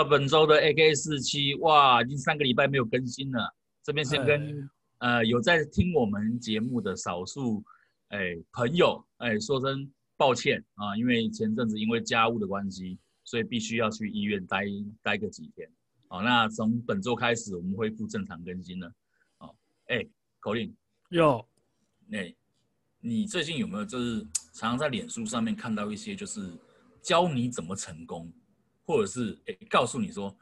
本周的 AK47，哇，已经3个礼拜没有更新了。这边先跟有在听我们节目的少数朋友说声抱歉啊，因为前阵子因为家务的关系，所以必须要去医院待个几天。好，那从本周开始我们恢复正常更新了。好，口令有， 你最近有没有就是常常在脸书上面看到一些就是教你怎么成功，或者是告诉你说，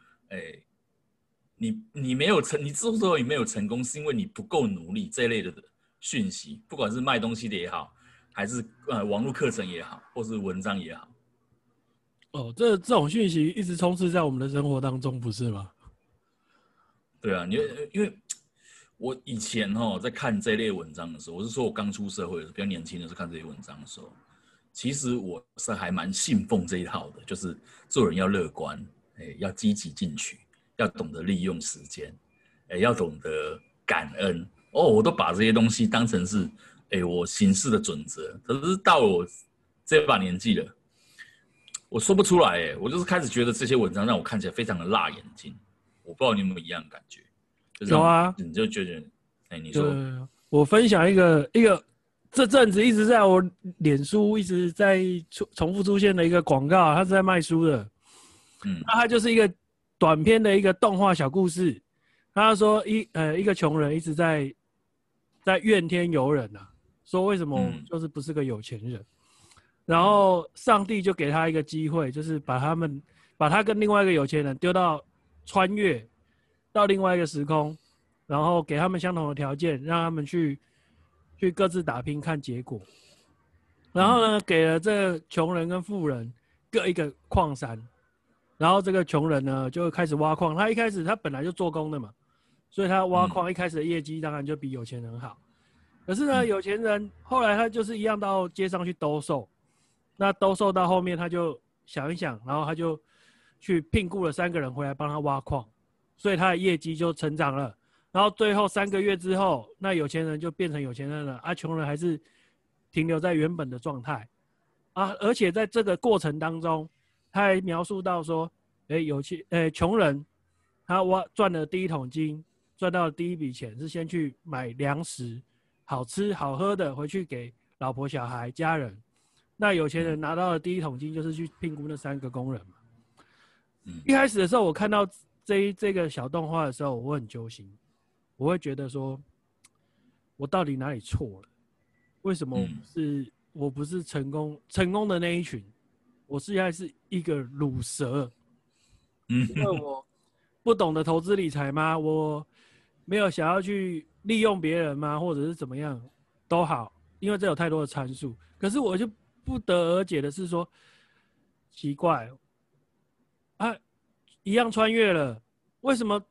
你没有你之所以没有成功，是因为你不够努力这一类的讯息，不管是卖东西的也好，还是网络课程也好，或是文章也好。 哦，这种讯息一直充斥在我们的生活当中，不是吗？ 对啊，因为我以前在看这类文章的时候，我是说我刚出社会的时候，比较年轻的时候看这些文章的时候，其实我是还蛮信奉这一套的，就是做人要乐观，要积极进取，要懂得利用时间，要懂得感恩。我都把这些东西当成是我行事的准则。可是到我这把年纪了，我说不出来，我就是开始觉得这些文章让我看起来非常的辣眼睛。我不知道你有没有一样的感觉，就是有啊， 你就觉得，你说， 我分享一个这阵子一直在我脸书一直在重复出现的一个广告，它是在卖书的。那它就是一个短篇的一个动画小故事。他说一个穷人一直在怨天尤人啊，说为什么我就是不是个有钱人。然后上帝就给他一个机会，就是把他跟另外一个有钱人丢到穿越到另外一个时空，然后给他们相同的条件，让他们去各自打拼看结果。然后呢，给了这个穷人跟富人各一个矿山，然后这个穷人呢就开始挖矿。他一开始他本来就做工的嘛，所以他挖矿一开始的业绩当然就比有钱人好。可是呢，有钱人后来他就是一样到街上去兜售。那兜售到后面，他就想一想，然后他就去聘雇了3个人回来帮他挖矿，所以他的业绩就成长了。然后最后3个月之后，那有钱人就变成有钱人了，穷人还是停留在原本的状态啊。而且在这个过程当中，他还描述到说，穷人他赚了第一桶金，赚到的第一笔钱是先去买粮食，好吃好喝的回去给老婆小孩家人。那有钱人拿到的第一桶金就是去聘雇那3个工人嘛。一开始的时候，我看到这个小动画的时候，我很揪心，我会觉得说，我到底哪里错了？为什么我不是成功的那一群？我现在是一个鲁蛇，因为我不懂得投资理财吗？我没有想要去利用别人吗？或者是怎么样都好，因为这有太多的参数。可是我就不得而解的是说，奇怪啊，一样穿越了，为什么？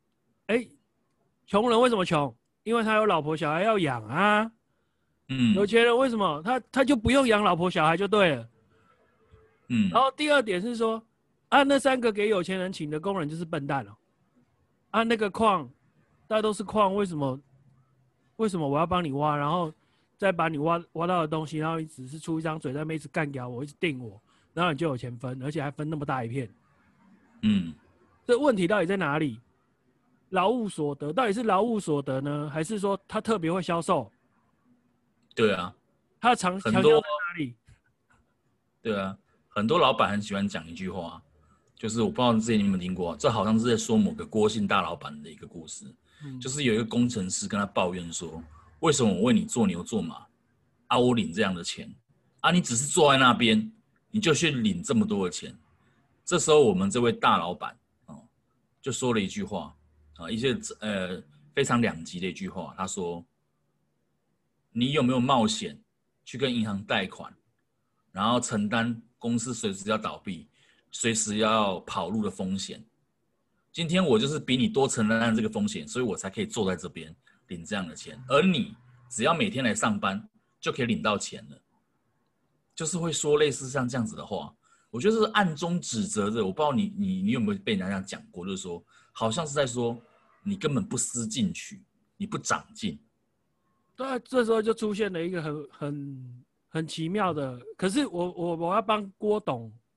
穷人为什么穷？因为他有老婆小孩要养啊。有钱人为什么他就不用养老婆小孩就对了。然后第二点是说，那3个给有钱人请的工人就是笨蛋哦。那个矿，大家都是矿，为什么我要帮你挖，然后再把你挖到的东西，然后你只是出一张嘴在那边一直干掉我，一直定我，然后你就有钱分，而且还分那么大一片。这问题到底在哪里？劳务所得到底是劳务所得呢，还是说他特别会销售？ 对啊， 他的强项在哪里？ 对啊，很多老板很喜欢讲一句话，就是我不知道之前你有没有听过，这好像是在说某个郭姓大老板的一个故事。就是有一个工程师跟他抱怨说，为什么我为你做牛做马我领这样的钱你只是坐在那边你就去领这么多的钱。这时候我们这位大老板就说了一句话一些非常两极的一句话，他说，你有没有冒险去跟银行贷款，然后承担公司随时要倒闭随时要跑路的风险？今天我就是比你多承担这个风险，所以我才可以坐在这边领这样的钱，而你只要每天来上班就可以领到钱了。就是会说类似像这样子的话，我觉得是暗中指责着。我不知道你有没有被人家这样讲过，就是说好像是在说你根本不思进取，你不长进。 对，这时候就出现了一个很奇妙的，可是我要帮郭董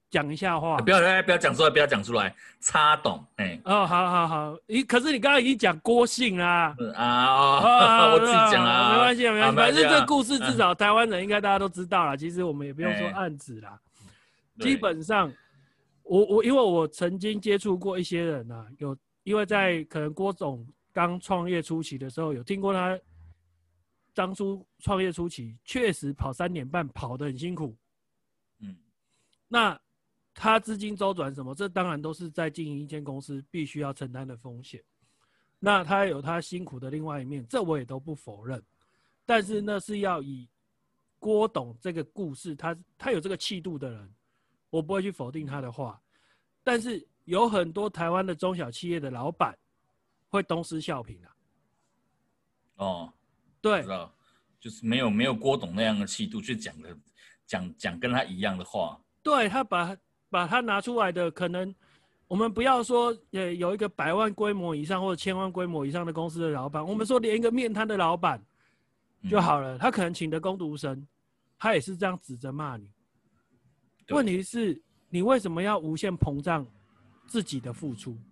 讲一下话。 不要讲出来，不要讲出来，插懂。 哦，好，可是你刚刚已经讲郭姓啦。 我自己讲啦， 没关系， 没关系。 反正这故事至少台湾人应该大家都知道啦。其实我们也不用说案子啦。基本上，因为我曾经接触过一些人啊，因为在可能郭总刚创业初期的时候，有听过他当初创业初期确实跑3年半跑得很辛苦。那他资金周转什么，这当然都是在经营一间公司必须要承担的风险。那他有他辛苦的另外一面，这我也都不否认。但是那是要以郭董这个故事，他有这个气度的人，我不会去否定他的话。但是有很多台湾的中小企业的老板会东施效颦啊。对， 知道，就是没有郭董那样的气度去讲跟他一样的话。 对，他把他拿出来的，可能我们不要说有一个100万规模以上或者1000万规模以上的公司的老板，我们说连一个面摊的老板就好了，他可能请的工读生，他也是这样指着骂你。问题是，你为什么要无限膨胀自己的付出？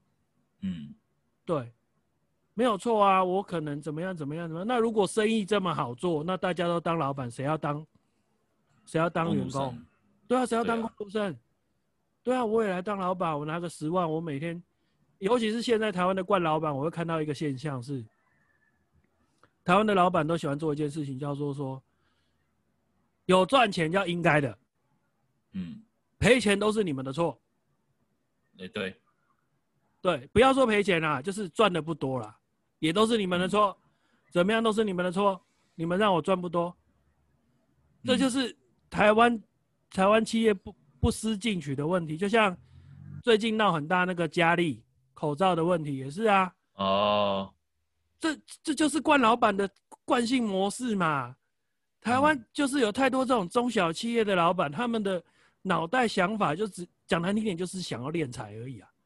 对，没有错啊，我可能怎么样。那如果生意这么好做，那大家都当老板，谁要当员工？对啊，谁要当工读生？对啊，我也来当老板，我拿个10万，我每天，尤其是现在台湾的惯老板，我会看到一个现象是，台湾的老板都喜欢做一件事情，叫做说，有赚钱叫应该的，赔钱都是你们的错。对，不要说赔钱啦，就是赚的不多啦，也都是你们的错，怎么样都是你们的错，你们让我赚不多，这就是台湾企业不思进取的问题。就像最近闹很大那个佳丽口罩的问题也是啊。这就是惯老板的惯性模式嘛。台湾就是有太多这种中小企业的老板，他们的脑袋想法就只讲难听点，就是想要敛财而已啊。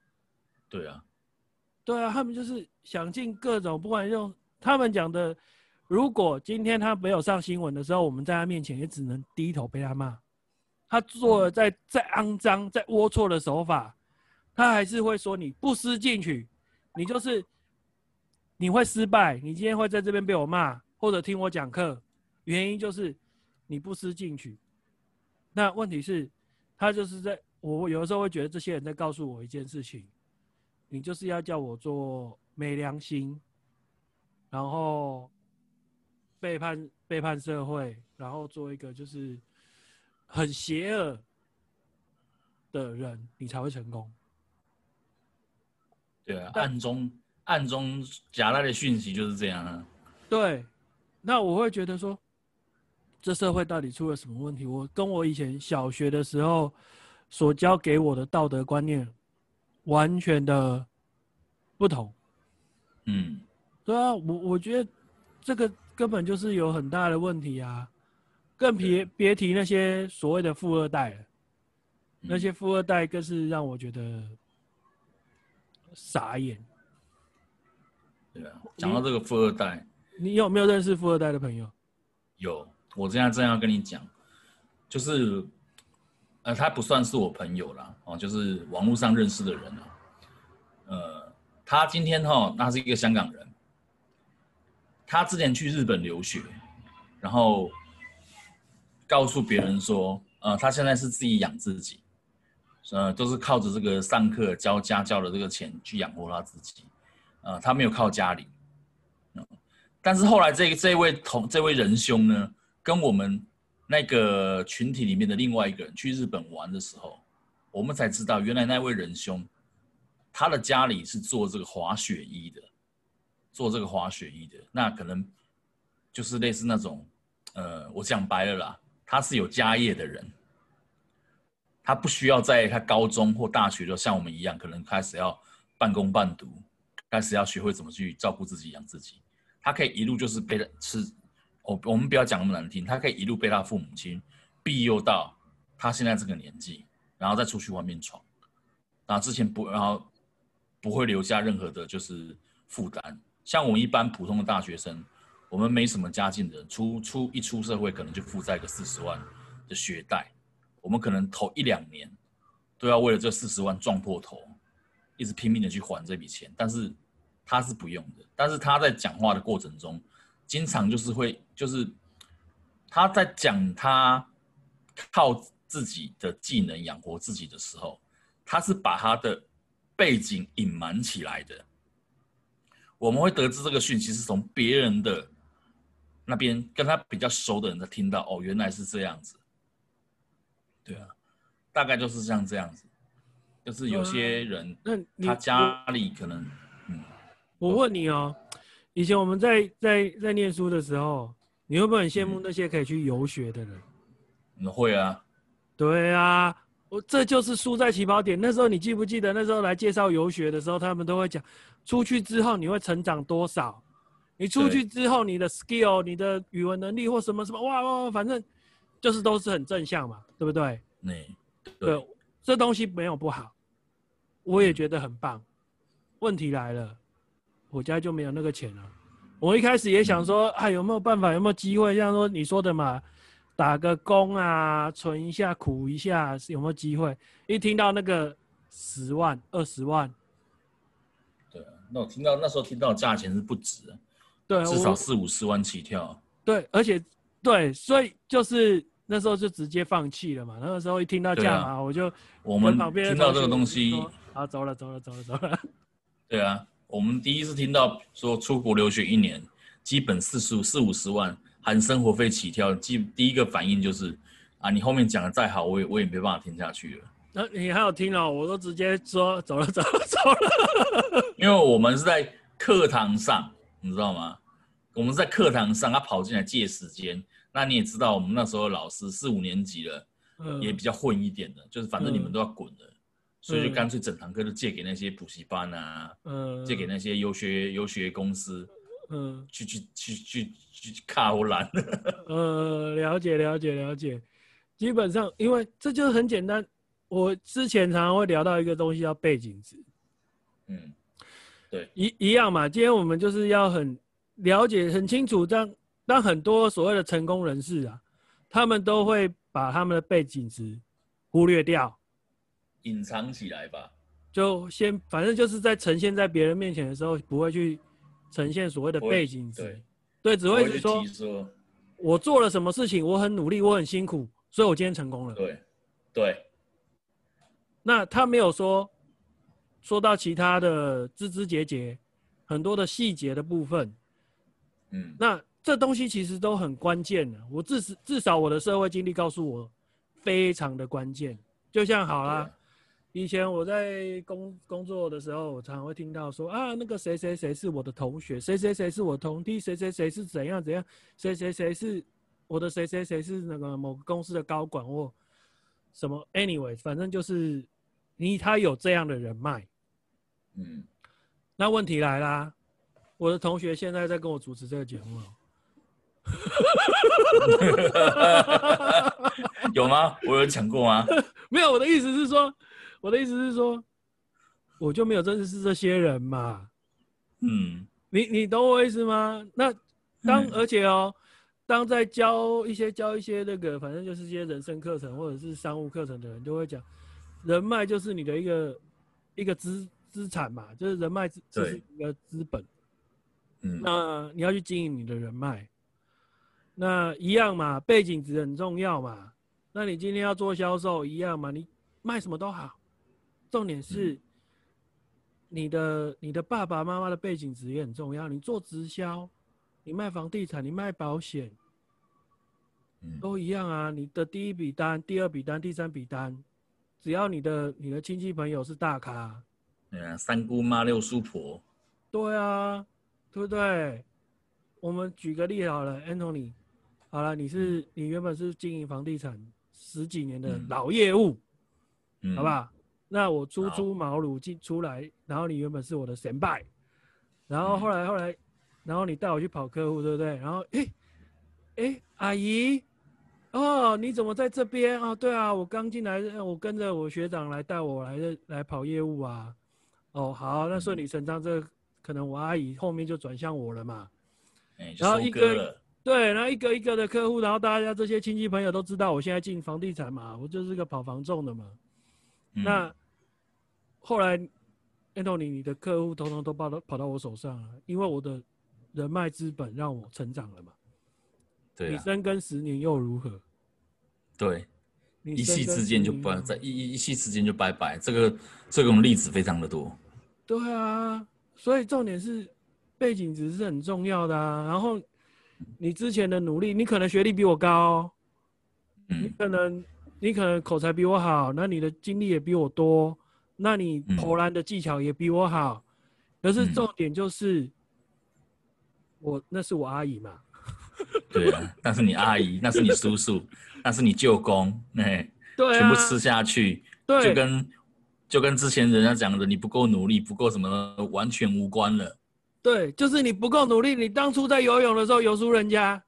对啊，他们就是想尽各种，不管用他们讲的，如果今天他没有上新闻的时候，我们在他面前也只能低头被他骂。他做了再肮脏、再龌龊的手法，他还是会说你不思进取，你会失败，你今天会在这边被我骂，或者听我讲课，原因就是你不思进取。那问题是，他就是我有的时候会觉得这些人在告诉我一件事情，你就是要叫我做没良心，然后背叛社会，然后做一个就是很邪恶的人，你才会成功。 对啊，暗中夹带的讯息就是这样啊。 对，那我会觉得说，这社会到底出了什么问题？我跟我以前小学的时候所教给我的道德观念完全的不同。对啊，我觉得这个根本就是有很大的问题啊。更别提那些所谓的富二代了，那些富二代更是让我觉得傻眼。 对啊，讲到这个富二代， 你有没有认识富二代的朋友？ 有，我现在正要跟你讲，就是他不算是我朋友啦，就是网络上认识的人啊。他今天他是一个香港人，他之前去日本留学，然后告诉别人说，他现在是自己养自己，都是靠着这个上课教家教的这个钱去养活他自己，他没有靠家里。但是后来这位仁兄呢，跟我们那个群体里面的另外一个人去日本玩的时候，我们才知道原来那位仁兄，他的家里是做这个滑雪衣的，那可能就是类似那种，我讲白了啦，他是有家业的人，他不需要在他高中或大学就像我们一样，可能开始要半工半读，开始要学会怎么去照顾自己、养自己。他可以一路就是被我们不要讲那么难听，他可以一路被他父母亲庇佑到他现在这个年纪，然后再出去外面闯，然后之前然后不会留下任何的就是负担。像我们一般普通的大学生，我们没什么家境的人，一出社会可能就负债个40万的学贷，我们可能头1-2年都要为了这40万撞破头，一直拼命的去还这笔钱，但是他是不用的。但是他在讲话的过程中，经常就是他在讲他靠自己的技能养活自己的时候，他是把他的背景隐瞒起来的。我们会得知这个讯息是从别人的那边跟他比较熟的人才听到，哦，原来是这样子。对啊，大概就是像这样子。就是有些人，他家里可能， 我问你哦，以前我们在念书的时候，你会不会很羡慕那些可以去游学的人？ 会啊。 对啊，这就是输在起跑点。那时候你记不记得那时候来介绍游学的时候，他们都会讲，出去之后你会成长多少？你出去之后你的 skill、你的语文能力或什么什么，哇，反正就是都是很正向嘛，对不对？对，这东西没有不好，我也觉得很棒。问题来了，我家就没有那个钱了。我一开始也想说，有没有办法，有没有机会，像说你说的嘛，打个工啊，存一下，苦一下，有没有机会？一听到那个10万、20万， 对啊，那时候听到价钱是不止的， 对， 至少40-50万起跳。 对，而且对，所以就是那时候就直接放弃了嘛。那个时候一听到价码， 我们听到这个东西， 啊，走了。 对啊，我们第一次听到说出国留学1年，基本40-50万，含生活费起跳，第一个反应就是啊，你后面讲的再好，我也没办法听下去了。 那你还有听哦？我都直接说走了。 因为我们是在课堂上，你知道吗？我们在课堂上，他跑进来借时间。那你也知道，我们那时候老师4-5年级了，也比较混一点的，就是反正你们都要滚的。所以就干脆整堂课就借给那些补习班啊，借给那些游学公司，去卡或懒。 了解。基本上，因为这就是很简单。我之前常常会聊到一个东西叫背景值， 对， 一样嘛。今天我们就是要很了解、很清楚，当很多所谓的成功人士啊，他们都会把他们的背景值忽略掉。 隐藏起来吧， 就反正就是在呈现在别人面前的时候，不会去呈现所谓的背景值，对，只会是说，我做了什么事情，我很努力，我很辛苦，所以我今天成功了。 对。 那他没有说到其他的枝枝节节，很多的细节的部分，那这东西其实都很关键的。我至少我的社会经历告诉我，非常的关键。就像好啦。以前我在工作的时候，我常常会听到说啊，那个谁谁谁是我的同学，谁谁谁是我同梯，谁谁谁是怎样，谁谁谁是我的谁谁谁是那个某个公司的高管或什么 ，anyway， 反正就是他有这样的人脉。那问题来啦，我的同学现在在跟我主持这个节目了。 有吗？我有讲过吗？ 没有，我的意思是说，我就没有认识这些人嘛。你懂我意思吗？那而且当在教一些那个，反正就是一些人生课程或者是商务课程的人，都会讲，人脉就是你的一个资产嘛，就是人脉就是一个资本。那你要去经营你的人脉，那一样嘛，背景值很重要嘛。那你今天要做销售一样嘛，你卖什么都好，重点是你的爸爸妈妈的背景值也很重要。你做直销，你卖房地产，你卖保险，都一样啊。你的第一笔单、第二笔单、第三笔单，只要你的亲戚朋友是大咖， 三姑妈六叔婆， 对啊，对不对？我们举个例好了 ，Anthony， 好了，你原本是经营房地产10几年的老业务，好不好？那我初出茅庐出来，然后你原本是我的前辈，然后后来，然后你带我去跑客户，对不对？然后阿姨，你怎么在这边啊？对啊，我刚进来，我跟着我学长带我来跑业务啊。好，那顺理成章，这可能我阿姨后面就转向我了嘛。然后一个的客户，然后大家这些亲戚朋友都知道我现在进房地产嘛，我就是个跑房仲的嘛。 那后来 Anthony 你的客户通通都跑到我手上了，因为我的人脉资本让我成长了嘛。 对啊， 你深耕10年又如何？ 对，一夕之间就拜拜，这种例子非常的多。 对啊，所以重点是背景值是很重要的啊。然后你之前的努力，你可能学历比我高，你可能口才比我好，那你的经历也比我多，那你投篮的技巧也比我好。可是重点就是，那是我阿姨嘛。 对啊，那是你阿姨，那是你叔叔，那是你舅公， 对啊， 全部吃下去， 对， 就跟之前人家讲的，你不够努力，不够什么，完全无关了。 对，就是你不够努力，你当初在游泳的时候游输人家，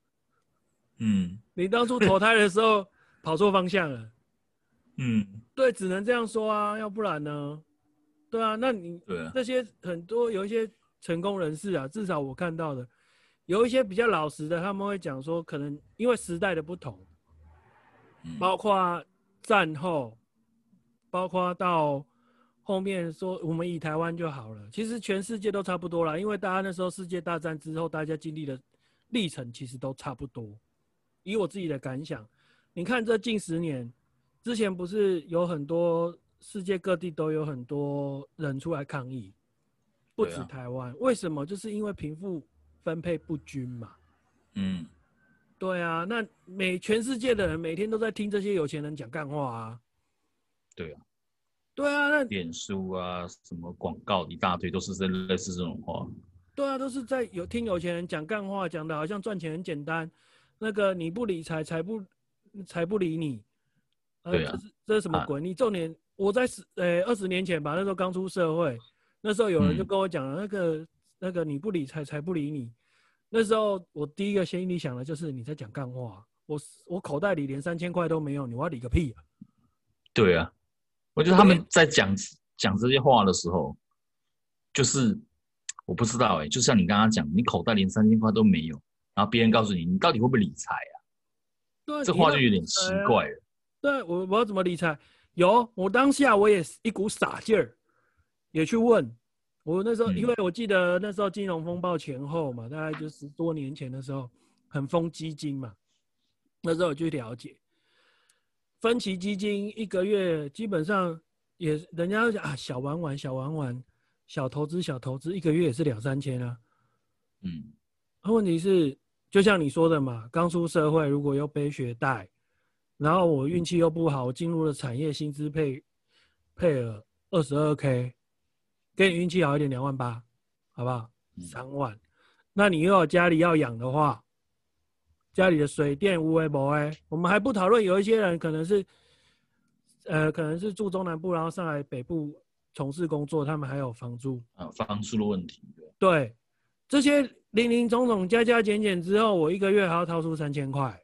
你当初投胎的时候跑错方向了，对，只能这样说啊，要不然呢？对啊，那你这些很多有一些成功人士啊，至少我看到的，有一些比较老实的，他们会讲说，可能因为时代的不同，包括战后，包括到后面说我们以台湾就好了，其实全世界都差不多啦，因为大家那时候世界大战之后，大家经历的历程其实都差不多。以我自己的感想，你看这近10年，之前不是有很多世界各地都有很多人出来抗议，不止台湾，为什么？就是因为贫富分配不均嘛。对啊，那全世界的人每天都在听这些有钱人讲干话啊。对啊，那脸书啊，什么广告一大堆，都是类似这种话。 对啊，都是在听有钱人讲干话，讲的好像赚钱很简单。那个你不理财，财不理你。 对啊， 这是什么鬼？你重点，我在20年前吧，那时候刚出社会，那时候有人就跟我讲了，那个你不理财，财不理你。那时候我第一个心里想的就是你在讲干话，我口袋里连3000块都没有，你要理个屁啊！ 对啊，我觉得他们在讲这些话的时候，就是我不知道就像你刚刚讲，你口袋连3000块都没有，然后别人告诉你，你到底会不会理财啊？ 对， 这话就有点奇怪了。 对，我要怎么理财？我当下我也一股傻劲儿，也去问。我那时候，因为我记得那时候金融风暴前后嘛，大概就10多年前的时候，很疯基金嘛。那时候我去了解，分期基金1个月基本上也，人家讲啊，小玩玩，小投资，1个月也是2、3千啊。问题是，就像你说的嘛，刚出社会，如果又背学贷，然后我运气又不好，我进入了产业薪资配额22K。跟你运气好一点28000，好不好？3万，那你又有家里要养的话，家里的水电无为不为，我们还不讨论有一些人可能是住中南部，然后上来北部从事工作，他们还有房租房租的问题。 对，这些零零总总加加减减之后，我1个月还要掏出3000块。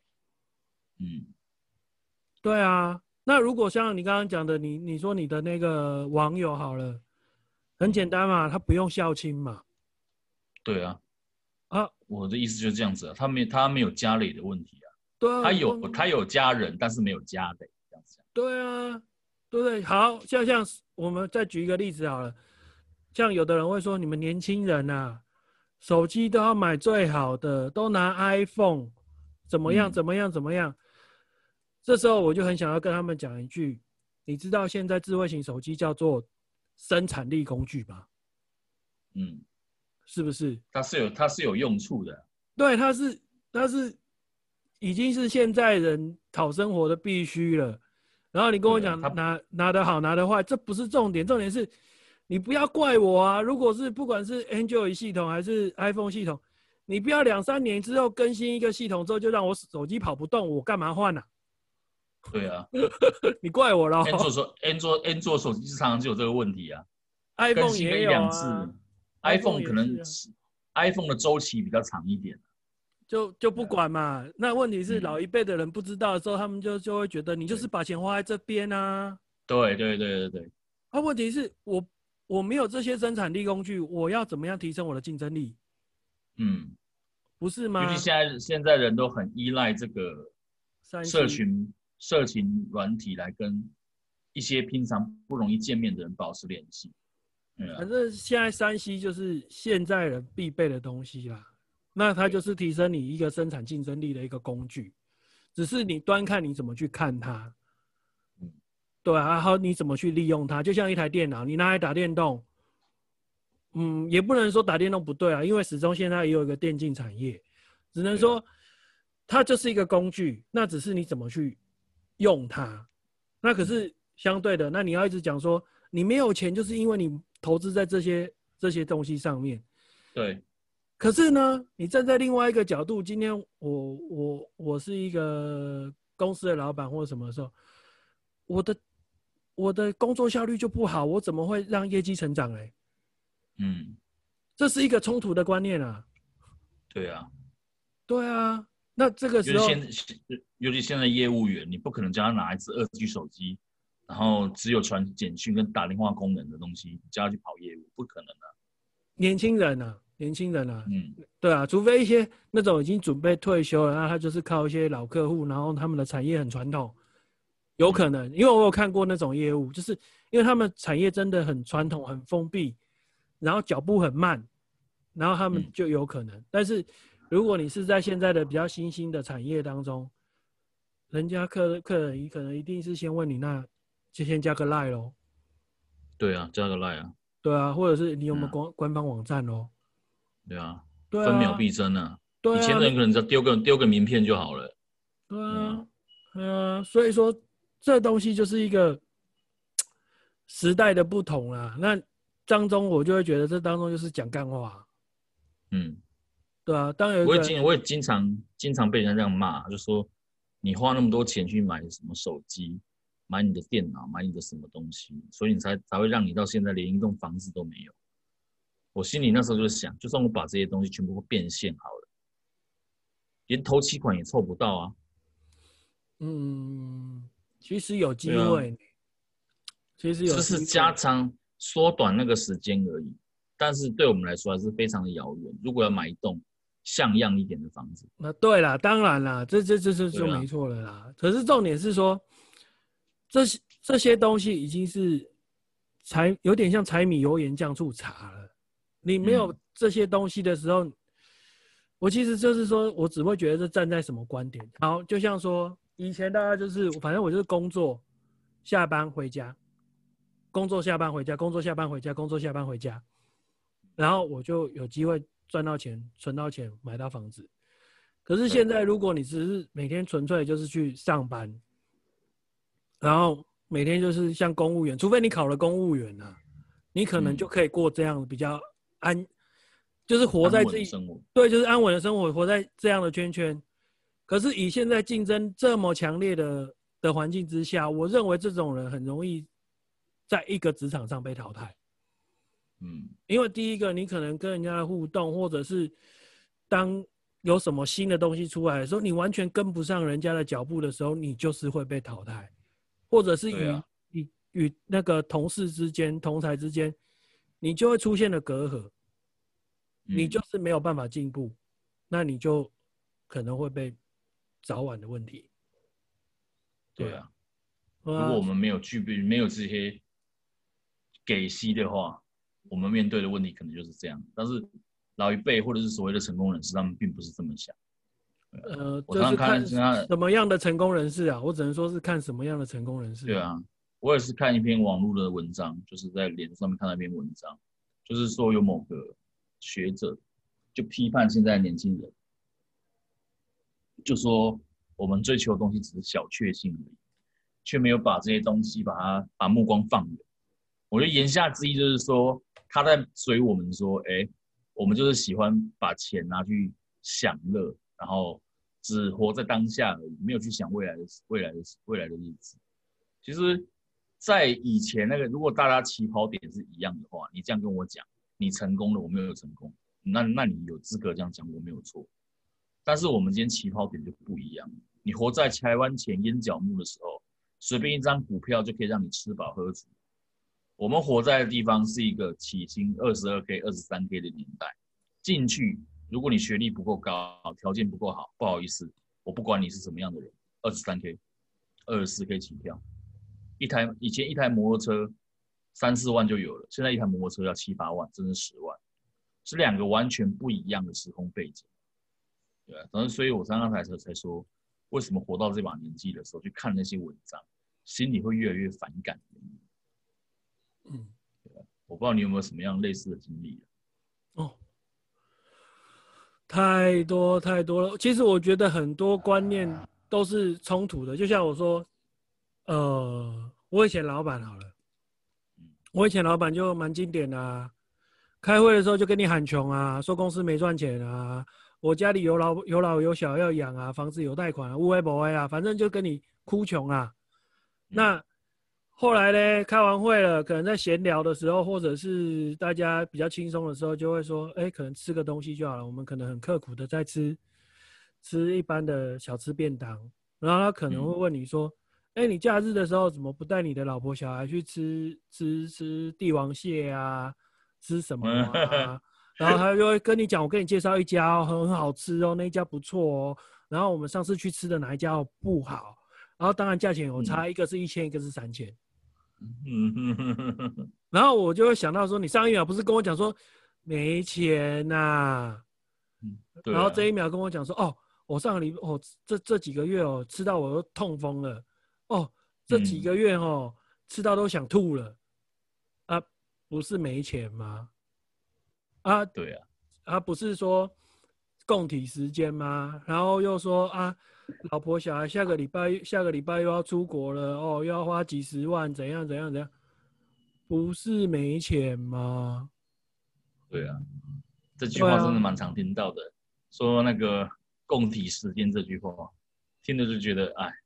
对啊，那如果像你刚刚讲的，你说你的那个网友好了。很简单嘛，他不用孝亲嘛。 对啊，我的意思就是这样子啊，他没有家累的问题啊。 对啊， 他有家人，但是没有家累这样子。 对啊，对不对？好，像我们再举一个例子好了，像有的人会说，你们年轻人啊，手机都要买最好的，都拿 iPhone， 怎么样？这时候我就很想要跟他们讲一句，你知道现在智慧型手机叫做生产力工具吧？是不是？它是有用处的。 对，它是已经是现在人讨生活的必须了。然后你跟我讲拿得好拿得坏，这不是重点，重点是你不要怪我啊！如果是不管是 Android 系统还是 iPhone 系统，你不要2、3年之后更新一个系统之后就让我手机跑不动，我干嘛换啊？ 对啊， 你怪我了。 Android 手机常常就有这个问题啊。 iPhone 也有啊 ，iPhone 可能iPhone 的周期比较长一点。 就不管嘛。那问题是老一辈的人不知道的时候，他们就会觉得你就是把钱花在这边啊。对。问题是我没有这些生产力工具，我要怎么样提升我的竞争力？不是吗？ 尤其现在人都很依赖这个社群软体来跟一些平常不容易见面的人保持联系。 反正现在3C 就是现在人必备的东西啦，那它就是提升你一个生产竞争力的一个工具，只是你端看你怎么去看它，对啊，然后你怎么去利用它，就像一台电脑，你拿来打电动，也不能说打电动不对啊，因为始终现在也有一个电竞产业，只能说它就是一个工具，那只是你怎么去用它，那可是相对的，那你要一直讲说你没有钱，就是因为你投资在这些东西上面。 对。 可是呢，你站在另外一个角度，今天我是一个公司的老板或者什么的时候，我的工作效率就不好，我怎么会让业绩成长嘞？这是一个冲突的观念啊。 对啊。 对啊，那这个时候， 尤其现在业务员，你不可能叫他拿一只2G 手机，然后只有传简讯跟打电话功能的东西，叫他去跑业务，不可能啊。 年轻人啊，对啊，除非一些那种已经准备退休了，那他就是靠一些老客户，然后他们的产业很传统，有可能，因为我有看过那种业务，就是因为他们产业真的很传统、很封闭，然后脚步很慢，然后他们就有可能。但是如果你是在现在的比较新兴的产业当中，人家客人可能一定是先问你，那就先加个 line 咯。 对啊，加个 line 啊。 对啊，或者是你有没有官方网站咯？ 对啊， 对啊， 分秒必争啊。 对啊， 以前的人可能只要丢个名片就好了。 对啊，所以说这东西就是一个时代的不同啦。那当中我就会觉得这当中就是讲干话。对啊，当然有一个我也经常被人家这样骂，就说你花那么多钱去买什么手机，买你的电脑，买你的什么东西，所以你才会让你到现在连一栋房子都没有。我心里那时候就想，就算我把这些东西全部变现好了，连头期款也凑不到啊。 其实有机会，其实有只是加长缩短那个时间而已，但是对我们来说还是非常的遥远。如果要买一栋像样一点的房子， 那对啦，当然啦，这就没错了啦。可是重点是说，这些东西已经是有点像柴米油盐酱醋茶了。你没有这些东西的时候，我其实就是说我只会觉得这站在什么观点。好，就像说以前大家就是反正我就是工作下班回家，工作下班回家，工作下班回家，工作下班回家，然后我就有机会赚到钱，存到钱，买到房子。可是现在如果你只是每天纯粹就是去上班，然后每天就是像公务员，除非你考了公务员啊，你可能就可以过这样比较就是活在自己生活，对，就是安稳的生活，活在这样的圈圈。可是以现在竞争这么强烈的环境之下，我认为这种人很容易在一个职场上被淘汰。因为第一个，你可能跟人家的互动，或者是当有什么新的东西出来的时候，你完全跟不上人家的脚步的时候，你就是会被淘汰，或者是与那个同事之间、同才之间，你就会出现了隔阂，你就是没有办法进步，那你就可能会被早晚的问题。 对啊，如果我们没有这些给息的话，我们面对的问题可能就是这样。但是老一辈或者是所谓的成功人士，他们并不是这么想。 我就是看什么样的成功人士啊，我只能说是看什么样的成功人士。 对啊，我也是看一篇网络的文章，就是在脸书上面看到一篇文章，就是说有某个学者就批判现在的年轻人，就说我们追求的东西只是小确幸而已，却没有把这些东西把目光放远。我觉得言下之意就是说，他在追我们说，我们就是喜欢把钱拿去享乐，然后只活在当下而已，没有去想未来的日子。其实，在以前那个，如果大家起跑点是一样的话，你这样跟我讲，你成功了，我没有成功，那你有资格这样讲，我没有错。但是我们今天起跑点就不一样，你活在台湾前烟角木的时候，随便一张股票就可以让你吃饱喝足。我们活在的地方是一个起薪22K、23K 的年代，进去如果你学历不够高，条件不够好，不好意思，我不管你是什么样的人，23K、24K 起跳。 以前一台摩托车3-4万就有了，现在一台摩托车要7-8万，甚至10万，是2个完全不一样的时空背景。对啊，所以我刚才才说，为什么活到这把年纪的时候去看那些文章，心里会越来越反感。对啊，我不知道你有没有什么样类似的经历。 哦，太多太多了。其实我觉得很多观念都是冲突的。就像我说，我以前老板好了，我以前老板就蛮经典的啊，开会的时候就跟你喊穷啊，说公司没赚钱啊，我家里有老有小要养啊，房子有贷款啊，无为不为啊，反正就跟你哭穷啊。那后来呢，开完会了，可能在闲聊的时候，或者是大家比较轻松的时候，就会说，可能吃个东西就好了。我们可能很刻苦的在吃一般的小吃便当，然后他可能会问你说，你假日的时候怎么不带你的老婆小孩去吃帝王蟹啊，吃什么啊？然后他就会跟你讲，我给你介绍一家哦，很好吃哦，那一家不错哦。然后我们上次去吃的哪一家哦不好，然后当然价钱有差，一个是1000，一个是3000。然后我就会想到说，你上一秒不是跟我讲说没钱呐、啊？然后这一秒跟我讲说，哦，我上个礼拜这几个月哦，吃到我都痛风了，哦，这几个月哦，吃到都想吐了，啊，不是没钱吗？啊， 对啊， 啊，不是说共体时间吗？然后又说啊，老婆小孩下个礼拜又要出国了，哦，又要花几十万，怎样，不是没钱吗？ 对啊，这句话真的蛮常听到的，说那个共体时间这句话，听着就觉得哎，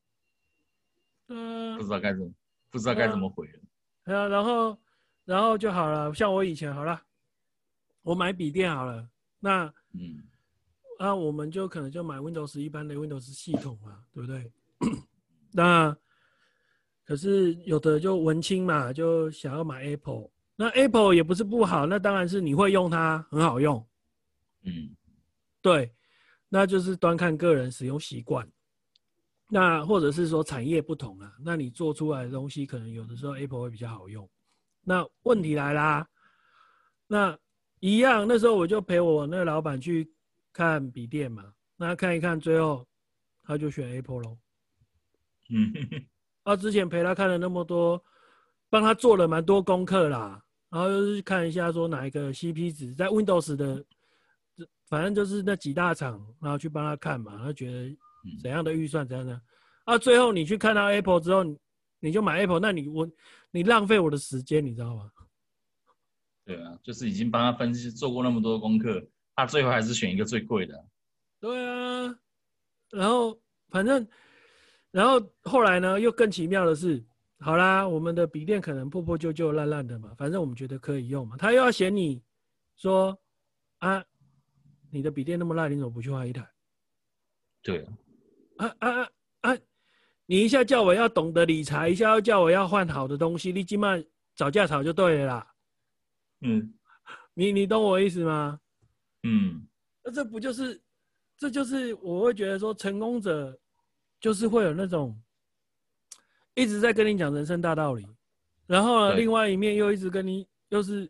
不知道该怎么回了。 啊，然后就好了，像我以前好了，我买笔电好了，那我们就可能就买 Windows 一般的 Windows 系统嘛，对不对？那可是有的就文青嘛，就想要买 Apple。那 Apple 也不是不好，那当然是你会用它，很好用。对，那就是端看个人使用习惯。那或者是说产业不同啊，那你做出来的东西可能有的时候 Apple 会比较好用。那问题来啦，那一样，那时候我就陪我那个老板去看笔电嘛，那看一看，最后他就选 Apple 咯。之前陪他看了那么多，帮他做了蛮多功课啦，然后就是看一下说哪一个 CP 值在 Windows 的，反正就是那几大厂，然后去帮他看嘛，他觉得怎样的预算怎样的，最后你去看到 Apple 之后，你就买 Apple，那你浪费我的时间，你知道吗？ 对啊，就是已经帮他分析做过那么多功课，他最后还是选一个最贵的。 对啊，然后反正，然后后来呢，又更奇妙的是，好啦，我们的笔电可能破破旧旧、烂烂的嘛，反正我们觉得可以用嘛，他又要嫌你说啊，你的笔电那么烂，你怎么不去换一台？ 对啊！你一下叫我要懂得理财，一下又叫我要换好的东西，你起码找架吵就对了啦。你懂我意思吗？那这就是我会觉得说，成功者就是会有那种一直在跟你讲人生大道理，然后呢，另外一面又一直跟你又是，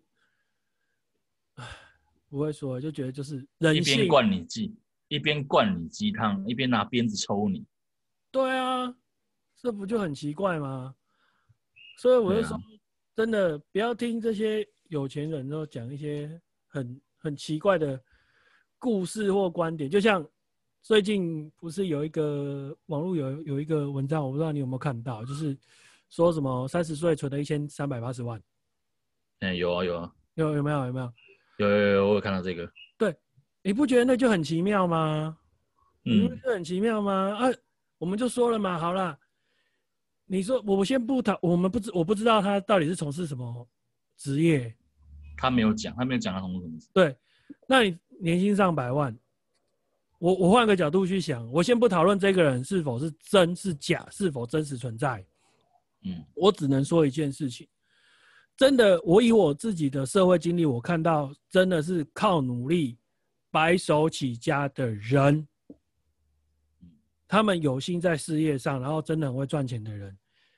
不会说，就觉得就是人性， 一边灌你鸡汤，一边拿鞭子抽你。 对啊，这不就很奇怪吗？所以我就说，真的不要听这些有钱人都讲一些很奇怪的故事或观点，就像最近不是有一个网络有一个文章，我不知道你有没有看到，就是说什么30岁存了1380万。 有啊有啊， 有没有？ 有，我有看到这个。 对，你不觉得那就很奇妙吗？你不觉得很奇妙吗？我们就说了嘛，好啦，你说我先不谈，我不知道他到底是从事什么职业。 他没有讲他从事什么职业。 对，那你年薪上百万，我换个角度去想，我先不讨论这个人是否是真是假，是否真实存在。我只能说一件事情，真的，我以我自己的社会经历，我看到真的是靠努力、白手起家的人，他们有心在事业上，然后真的很会赚钱的人，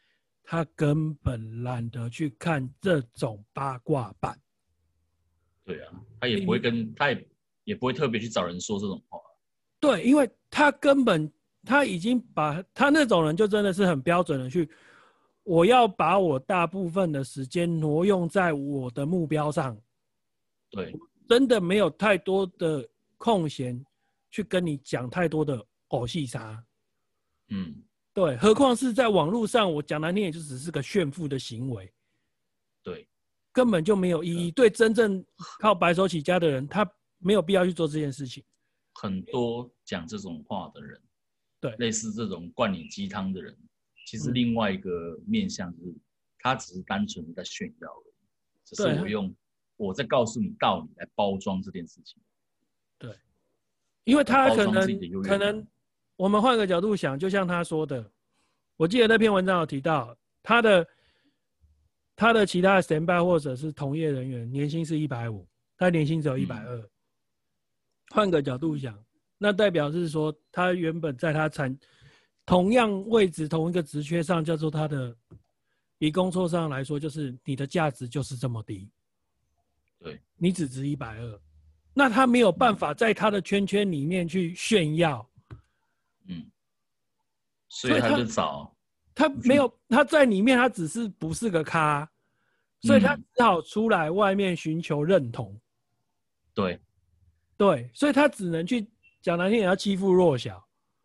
他根本懒得去看这种八卦版。 对啊，他也不会也不会特别去找人说这种话。 对，因为他根本他已经把他那种人就真的是很标准的去，我要把我大部分的时间挪用在我的目标上。 对， 真的没有太多的空闲去跟你讲太多的偶戏杀。对，何况是在网络上，我讲难听也就只是个炫富的行为。 对， 根本就没有意义。对真正靠白手起家的人，他没有必要去做这件事情。 很多讲这种话的人， 对， 类似这种灌你鸡汤的人，其实另外一个面向是，他只是单纯的在炫耀而已，只是我在告诉你道理来包装这件事情。 对，因为他可能我们换个角度想，就像他说的，我记得那篇文章有提到他的其他的standby或者是同业人员年薪是150，他年薪只有120。换个角度想，那代表是说他原本在他同样位置同一个职缺上，叫做他的以工作上来说，就是你的价值就是这么低。 对， 你只值120，那他没有办法在他的圈圈里面去炫耀。 所以他就找他没有，他在里面他只是不是个咖，所以他只好出来外面寻求认同。对，所以他只能去讲难听也要欺负弱小。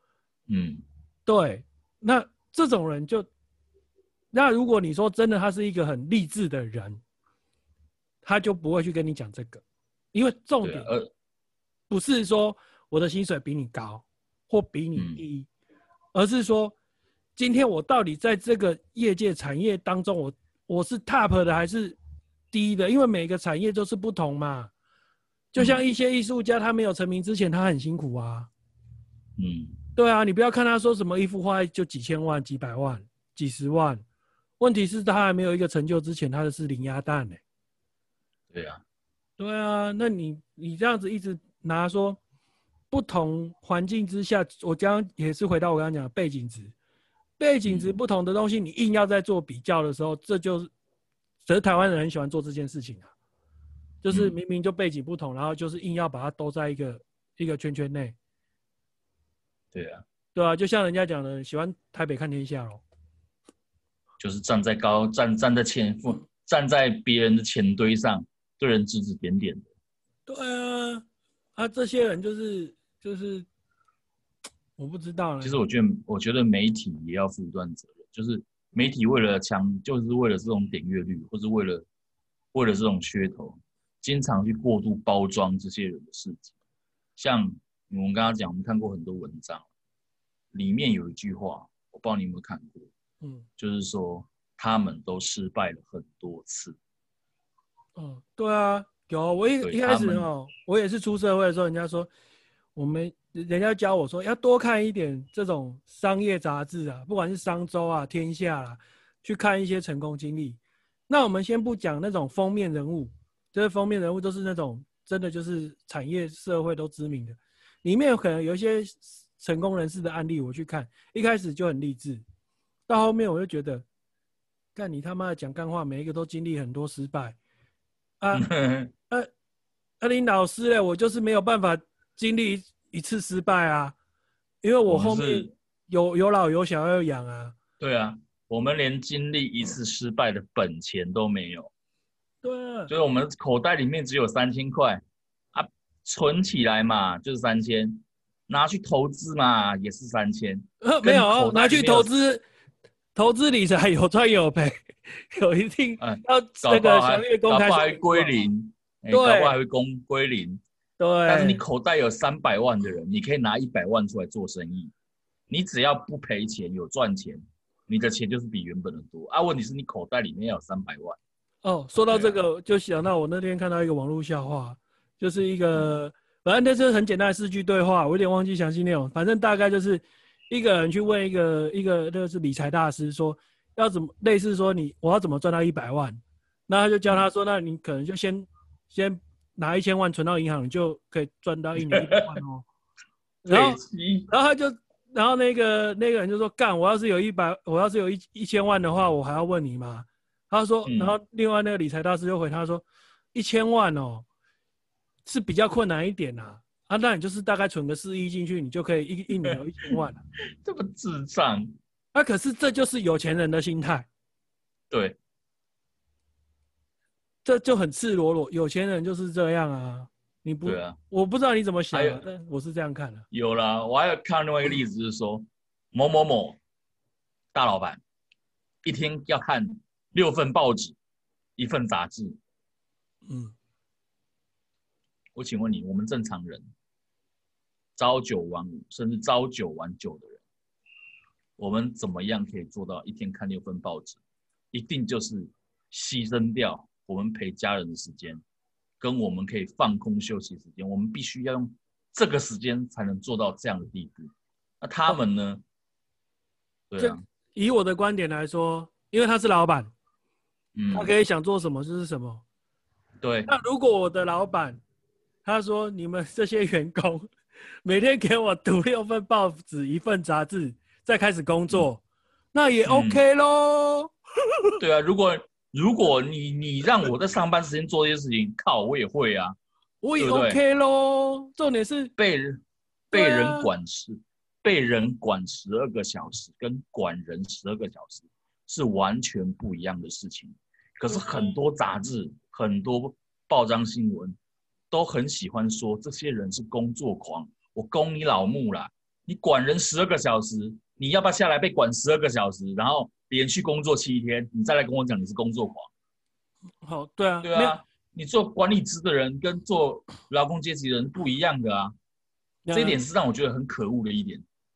对，那这种人那如果你说真的他是一个很励志的人，他就不会去跟你讲这个，因为重点不是说我的薪水比你高或比你低，而是说今天我到底在这个业界产业当中，我是 top 的还是低的？因为每个产业都是不同嘛。就像一些艺术家，他没有成名之前，他很辛苦啊。对啊，你不要看他说什么一幅画就几千万、几百万、几十万，问题是他还没有一个成就之前，他的是零鸭蛋欸。对啊，那你这样子一直拿说不同环境之下，我刚刚也是回到我刚刚讲的背景值不同的东西，你硬要在做比较的时候，这是台湾人很喜欢做这件事情啊。就是明明就背景不同，然后就是硬要把它兜在一个圈圈内。对啊，就像人家讲的，喜欢台北看天下咯， 就是站在站在别人的钱堆上，对人指指点点的。 对啊，这些人就是我不知道呢。 其实我觉得媒体也要负一段责任，就是媒体就是为了这种点阅率，或是为了这种噱头，经常去过度包装这些人的事情。像我们刚刚讲，我们看过很多文章，里面有一句话，我不知道你有没有看过，就是说他们都失败了很多次。 对啊，有。我一开始我也是出社会的时候，人家说人家教我说要多看一点这种商业杂志啊，不管是商周啊、天下啊，去看一些成功经历。那我们先不讲那种封面人物。这封面人物都是那种真的就是产业社会都知名的，里面可能有一些成功人士的案例，我去看，一开始就很励志，到后面我就觉得，干你他妈的讲干话，每一个都经历很多失败啊林老师嘞，我就是没有办法经历一次失败啊，因为我后面有老有小要养啊。 对啊，我们连经历一次失败的本钱都没有。 对啊， 就是我们口袋里面只有3000块啊，存起来嘛就是3000，拿去投资嘛也是3000。 没有拿去投资理财有赚有赔，有一定要那个详阅公开， 搞不好还归零， 对， 搞不好还会归零。 对， 但是你口袋有300万的人，你可以拿100万出来做生意，你只要不赔钱有赚钱，你的钱就是比原本的多啊。问题是你口袋里面要有300万。 说到这个，就想到我那天看到一个网络笑话，就是一个，反正那是很简单的4句对话，我有点忘记详细内容，反正大概就是一个人去问一个那个是理财大师说，要怎么类似说我要怎么赚到100万，那他就教他说，那你可能就先拿1000万存到银行，你就可以赚到1年100万哦。然后他就然后那个人就说干，我要是有1000万的话，我还要问你吗？他说，然后另外那个理财大师就回他说，1000万哦是比较困难一点啊，那你就是大概存个4亿进去，你就可以一年有1000万了。 这么智障。 可是这就是有钱人的心态。 对， 这就很赤裸裸，有钱人就是这样啊。你不， 对啊， 我不知道你怎么想啊，但我是这样看的。 有啦，我还有看到另外一个例子，就是说某某某大老板一天要看6份报纸，1份杂志。我请问你，我们正常人朝9晚5，甚至朝9晚9的人，我们怎么样可以做到一天看6份报纸？一定就是牺牲掉我们陪家人的时间，跟我们可以放空休息时间，我们必须要用这个时间才能做到这样的地步。那他们呢？对啊， 以我的观点来说，因为他是老板，他可以想做什么就是什么。 对。 那如果我的老板他说你们这些员工每天给我读6份报纸1份杂志，再开始工作，那也 OK 咯。 对啊，如果你让我在上班时间做这些事情，靠，我也会啊， 我也 OK 咯。重点是被人管12个小时，跟管人12个小时是完全不一样的事情。可是很多杂志、很多报章新闻都很喜欢说这些人是工作狂，我供你老木啦！你管人12个小时，你要不要下来被管12个小时，然后连续工作7天，你再来跟我讲你是工作狂？ 好，对啊， 对啊，你做管理职的人跟做劳工阶级的人不一样的啊，这一点是让我觉得很可恶的一点。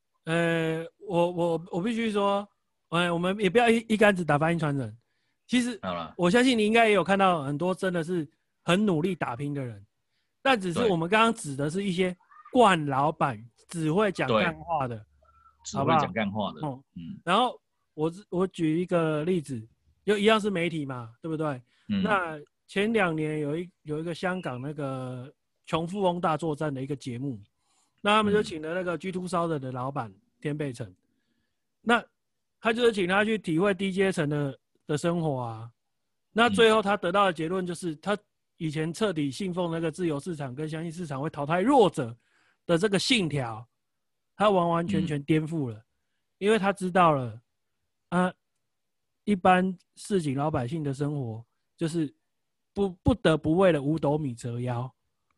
我必须说，我们也不要一竿子打翻一船人。其实，我相信你应该也有看到很多真的是很努力打拼的人，但只是我们刚刚指的是一些惯老板，只会讲干话的， 只会讲干话的。 然后我举一个例子，就一样是媒体嘛，对不对？那前2年有一个香港那个穷富翁大作战的一个节目，那他们就请了那个 G2 烧的老板天贝成，那他就是请他去体会低阶层的生活啊。那最后他得到的结论就是，他以前彻底信奉那个自由市场跟相信市场会淘汰弱者的这个信条，他完完全全颠覆了，因为他知道了一般市井老百姓的生活就是不得不为了5斗米折腰。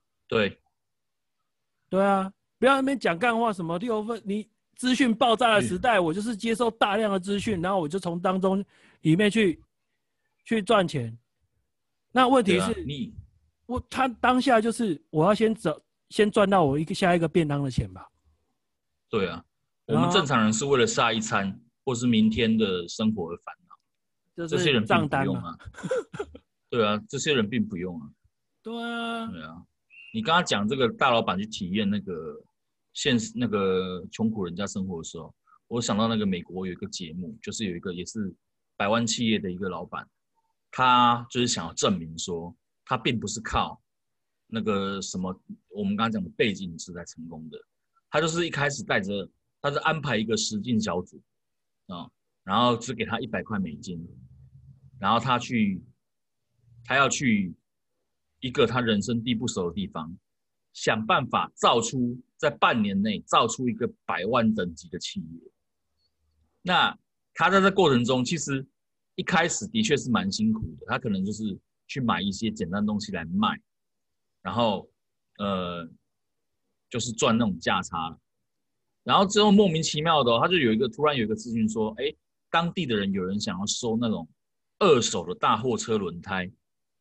对啊，不要在那边讲干话，什么6份，你资讯爆炸的时代，我就是接受大量的资讯，然后我就从当中里面去赚钱。那问题是，他当下就是我要先赚到我下一个便当的钱吧。 对啊，我们正常人是为了下一餐或是明天的生活而烦恼，这些人并不用啊。对啊，这些人并不用啊。 对啊， 你刚刚讲这个大老板去体验那个那个穷苦人家生活的时候，我想到那个美国有一个节目，就是有一个也是百万企业的一个老板，他就是想要证明说，他并不是靠那个什么我们刚刚讲的背景是在成功的，他就是一开始他是安排一个实境小组然后只给他$100，然后他要去一个他人生地不熟的地方，想办法在半年内造出一个100万等级的企业。那他在这过程中，其实一开始的确是蛮辛苦的，他可能就是去买一些简单东西来卖，然后就是赚那种价差。然后之后莫名其妙的他就突然有一个资讯说，当地的人有人想要收那种2手的大货车轮胎。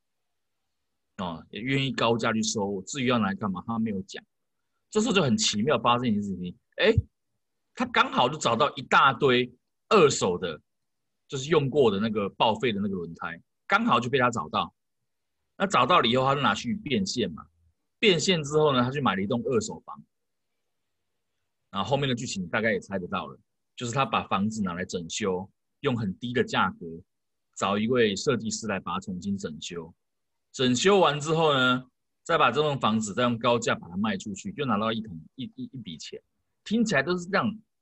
也愿意高价去收，至于要拿来干嘛，他没有讲。这时候就很奇妙，发生一件事情，他刚好就找到一大堆2手的，就是用过的那个报废的那个轮胎，刚好就被他找到。那找到了以后，他就拿去变现嘛。变现之后呢，他去买了一栋2手房。然后后面的剧情你大概也猜得到了，就是他把房子拿来整修，用很低的价格找一位设计师来把它重新整修。整修完之后呢，再把这栋房子再用高价把它卖出去，就拿到一笔钱。听起来都是这样，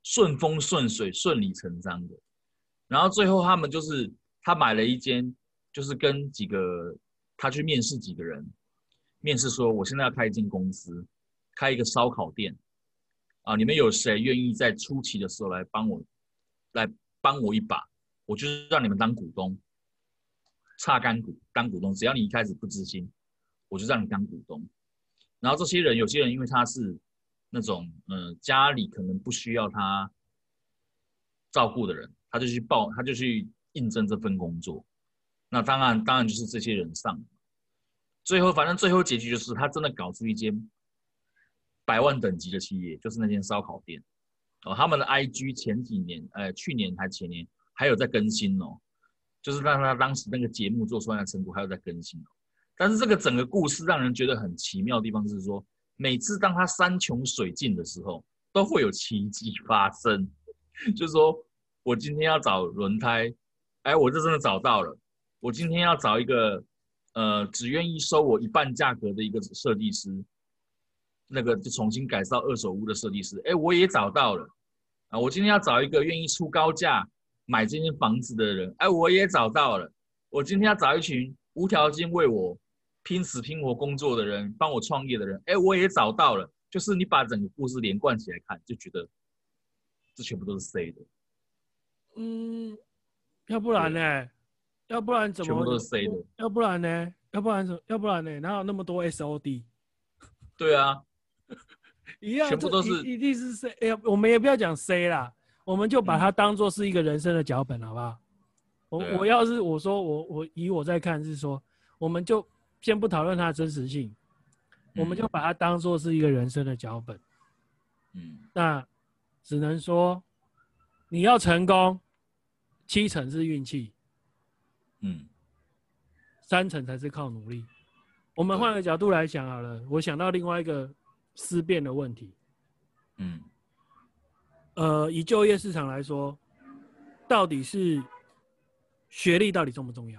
顺风顺水、顺理成章的。然后最后他们就是他买了一间，就是跟他去面试几个人，面试说我现在要开一间公司，开一个烧烤店啊，你们有谁愿意在初期的时候来帮我一把？我就是让你们当股东，插干股当股东，只要你一开始不知心，我就让你当股东。然后这些人有些人因为他是那种家里可能不需要他照顾的人，他就去应征这份工作。那当然就是这些人上。反正最后结局就是他真的搞出一间100万等级的企业，就是那间烧烤店。他们的 IG 前几年，去年还前年还有在更新哦，就是让他当时那个节目做出来的成果还有在更新哦。但是这个整个故事让人觉得很奇妙的地方是说，每次当他山穷水尽的时候，都会有奇迹发生。就是说我今天要找轮胎，我这真的找到了。我今天要找一个只愿意收我一半价格的一个设计师，那个就重新改造二手屋的设计师，我也找到了啊。我今天要找一个愿意出高价买这间房子的人，我也找到了。我今天要找一群无条件为我拼死拼活工作的人，帮我创业的人，我也找到了。就是你把整个故事连贯起来看，就觉得这全部都是 C 的。 要不然呢？要不然怎么？ 全部都是 C 的。 要不然呢？要不然呢？哪有那么多 SOD？ 对啊， 一样， 全部都是一定是 C。我们也不要讲 C 啦，我们就把它当做是一个人生的脚本，好不好？我要是我说我在看是说，我们就先不讨论它的真实性，我们就把它当做是一个人生的脚本。那只能说你要成功，7成是运气，3成才是靠努力。我们换个角度来想好了，我想到另外一个思辨的问题。以就业市场来说，到底是学历到底重不重要？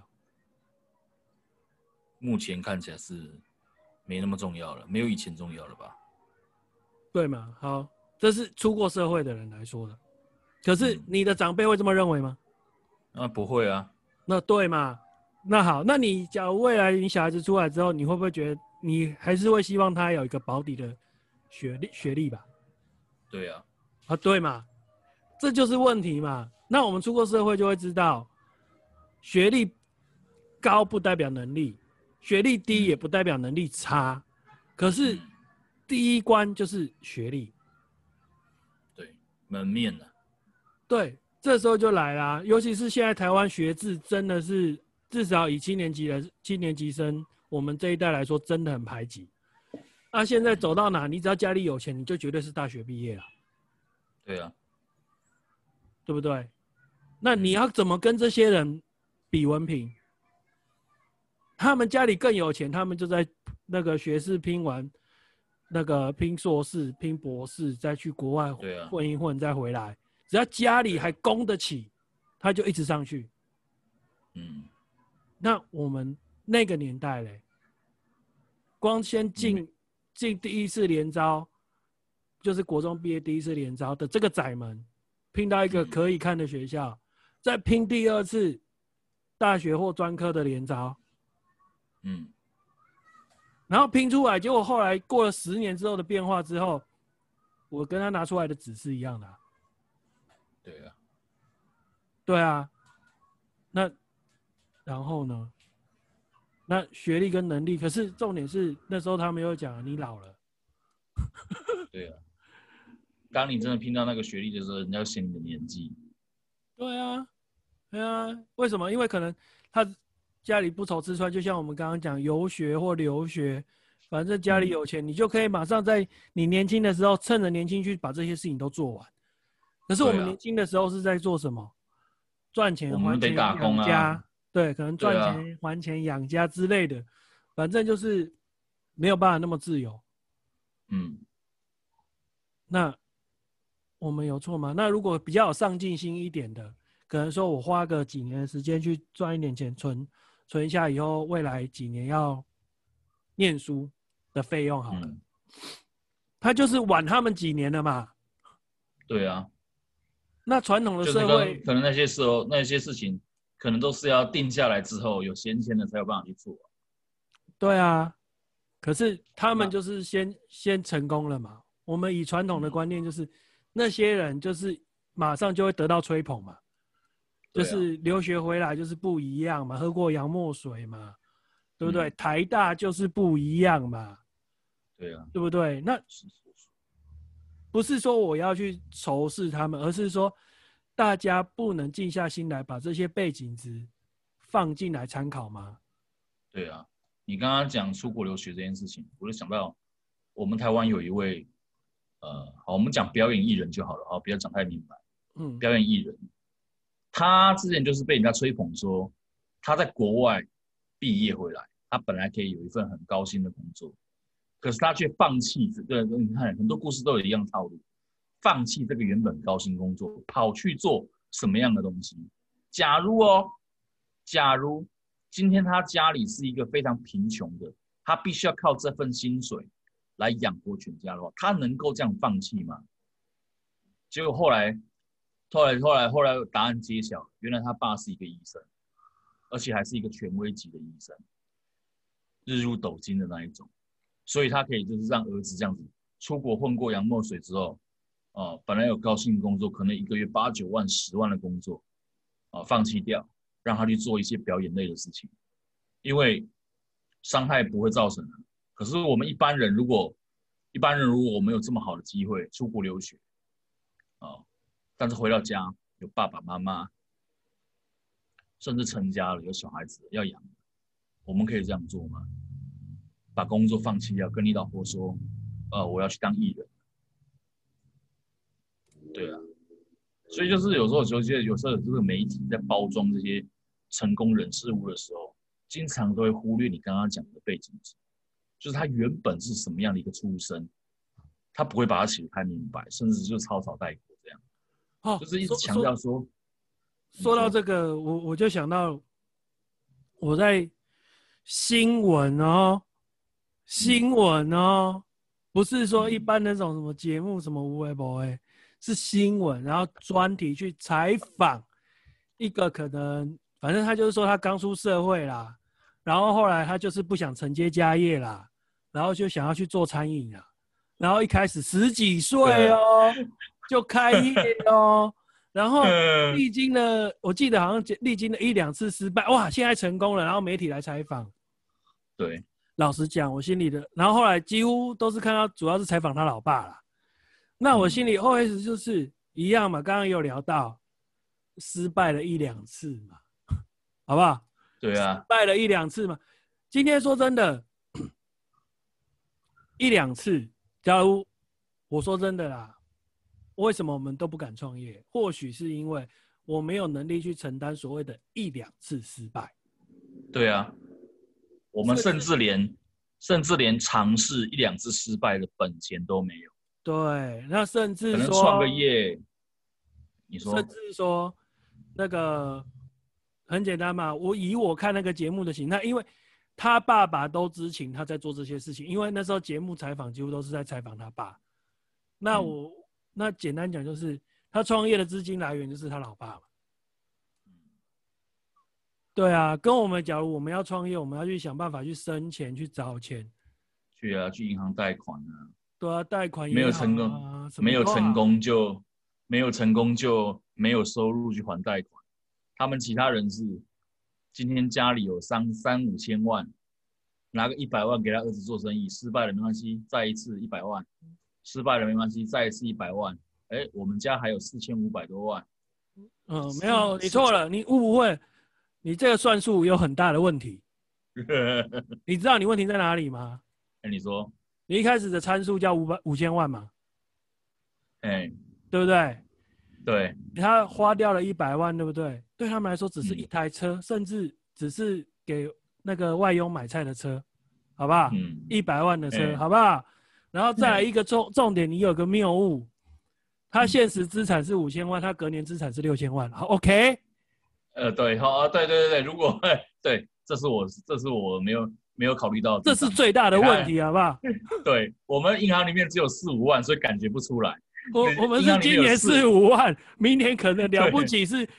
目前看起来是没那么重要了，没有以前重要了吧？ 对嘛？好，这是出过社会的人来说的。可是你的长辈会这么认为吗？ 不会啊。 那对嘛？那好，那你假如未来你小孩子出来之后，你会不会觉得你还是会希望他有一个保底的学历吧？ 对啊。 对嘛？这就是问题嘛。那我们出过社会就会知道，学历高不代表能力，学历低也不代表能力差。可是第一关就是学历。 对，门面啊。 对，这时候就来啦。尤其是现在台湾学制真的是，至少以7年级生我们这一代来说，真的很排挤。现在走到哪，你只要家里有钱，你就绝对是大学毕业了。 对啊， 对不对？那你要怎么跟这些人比文凭？他们家里更有钱，他们就在那个学士拼完，那个拼硕士、拼博士，再去国外混一混，再回来。只要家里还供得起，他就一直上去。那我们那个年代嘞，光先进第一次联招，就是国中毕业第一次联招的这个窄门，拼到一个可以看的学校，再拼第2次大学或专科的联招，然后拼出来，结果后来过了10年之后的变化之后，我跟他拿出来的纸是一样的。对啊，那然后呢？那学历跟能力，可是重点是那时候他们又讲你老了。 对啊，当你真的拼到那个学历的时候，人家要嫌你的年纪。 对啊，对啊，为什么？因为可能他家里不愁吃穿，就像我们刚刚讲游学或留学，反正家里有钱，你就可以马上在你年轻的时候，趁着年轻去把这些事情都做完。可是我们年轻的时候是在做什么？赚钱还钱养家，对，可能赚钱还钱养家之类的，反正就是没有办法那么自由。那我们有错吗？那如果比较有上进心一点的，可能说我花个几年的时间去赚一点钱，存一下，以后未来几年要念书的费用好了。他就是晚他们几年了嘛。 对啊。 那传统的就是社会可能那些时候那些事情，可能都是要定下来之后有闲钱的才有办法去做。 对啊，可是他们就是先成功了嘛。我们以传统的观念就是，那些人就是马上就会得到吹捧嘛，就是留学回来就是不一样嘛，喝过洋墨水嘛，对不对？台大就是不一样嘛， 对啊， 对不对？那不是说我要去仇视他们，而是说大家不能静下心来把这些背景值放进来参考吗？ 对啊，你刚刚讲出国留学这件事情，我就想到我们台湾有一位好，我们讲表演艺人就好了啊，不要讲太明白。表演艺人，他之前就是被人家吹捧说他在国外毕业回来，他本来可以有一份很高薪的工作，可是他却放弃这个。你看很多故事都有一样套路，放弃这个原本高薪工作，跑去做什么样的东西？假如今天他家里是一个非常贫穷的，他必须要靠这份薪水来养活全家的话，他能够这样放弃吗？结果后来答案揭晓，原来他爸是一个医生，而且还是一个权威级的医生，日入斗金的那一种，所以他可以就是让儿子这样子出国混过洋墨水之后，本来有高薪工作，可能一个月8、9万、10万的工作，放弃掉，让他去做一些表演类的事情，因为伤害不会造成的。可是我们一般人如果我们有这么好的机会出国留学，但是回到家有爸爸妈妈，甚至成家了有小孩子要养，我们可以这样做吗？把工作放弃掉，跟你老婆说，我要去当艺人。对啊，所以就是有时候有这个媒体在包装这些成功人事物的时候，经常都会忽略你刚刚讲的背景值，就是他原本是什么样的一个出身，他不会把它写得太明白，甚至就是草草带过这样。就是一直强调说到这个，我就想到我在新闻哦，不是说一般那种什么节目什么无为不为，是新闻，然后专题去采访一个可能，反正他就是说他刚出社会啦，然后后来他就是不想承接家业啦，然后就想要去做餐饮啦，然后一开始10几岁哦就开业哦。然后历经了，我记得好像历经了1、2次失败，哇，现在成功了，然后媒体来采访。 对， 老实讲，我心里的，然后后来几乎都是看到，主要是采访他老爸啦。那我心里 OS 就是一样嘛，刚刚有聊到，失败了1、2次嘛，好不好？ 对啊， 失败了1、2次嘛。今天说真的，1、2次，假如我说真的啦。为什么我们都不敢创业？或许是因为我没有能力去承担所谓的1、2次失败。 对啊，我们甚至连尝试1、2次失败的本钱都没有。 对，那甚至可能创个业，你说， 甚至说那个很简单嘛，我看那个节目的形态，因为他爸爸都知情他在做这些事情，因为那时候节目采访几乎都是在采访他爸。那简单讲就是，他创业的资金来源就是他老爸嘛。对啊，跟我们假如我们要创业，我们要去想办法去生钱、去找钱。 去银行贷款啊。 对啊，贷款也好啊， 没有成功就没有收入去还贷款。他们其他人是今天家里有3、5千万，拿个100万给他儿子做生意，失败了没关系，再一次100万。失败了没关系，再一次100万。我们家还有4500多万。 没有，你错了，你误会，你这个算术有很大的问题。你知道你问题在哪里吗？ 你说， 你一开始的参数叫5000万嘛？对不对？ 对。 他花掉了100万，对不对？对他们来说只是一台车，甚至只是给那个外佣买菜的车，好不好？100万的车，好不好？然后再来一个重点，你有个谬误，他现实资产是5000万，他隔年资产是6000万，好 ，OK？ 对，好，对，如果对，这是我没有考虑到， 这是最大的问题，好不好？ 对，我们银行里面只有4、5万，所以感觉不出来。 我们是今年4-5万，明年可能了不起是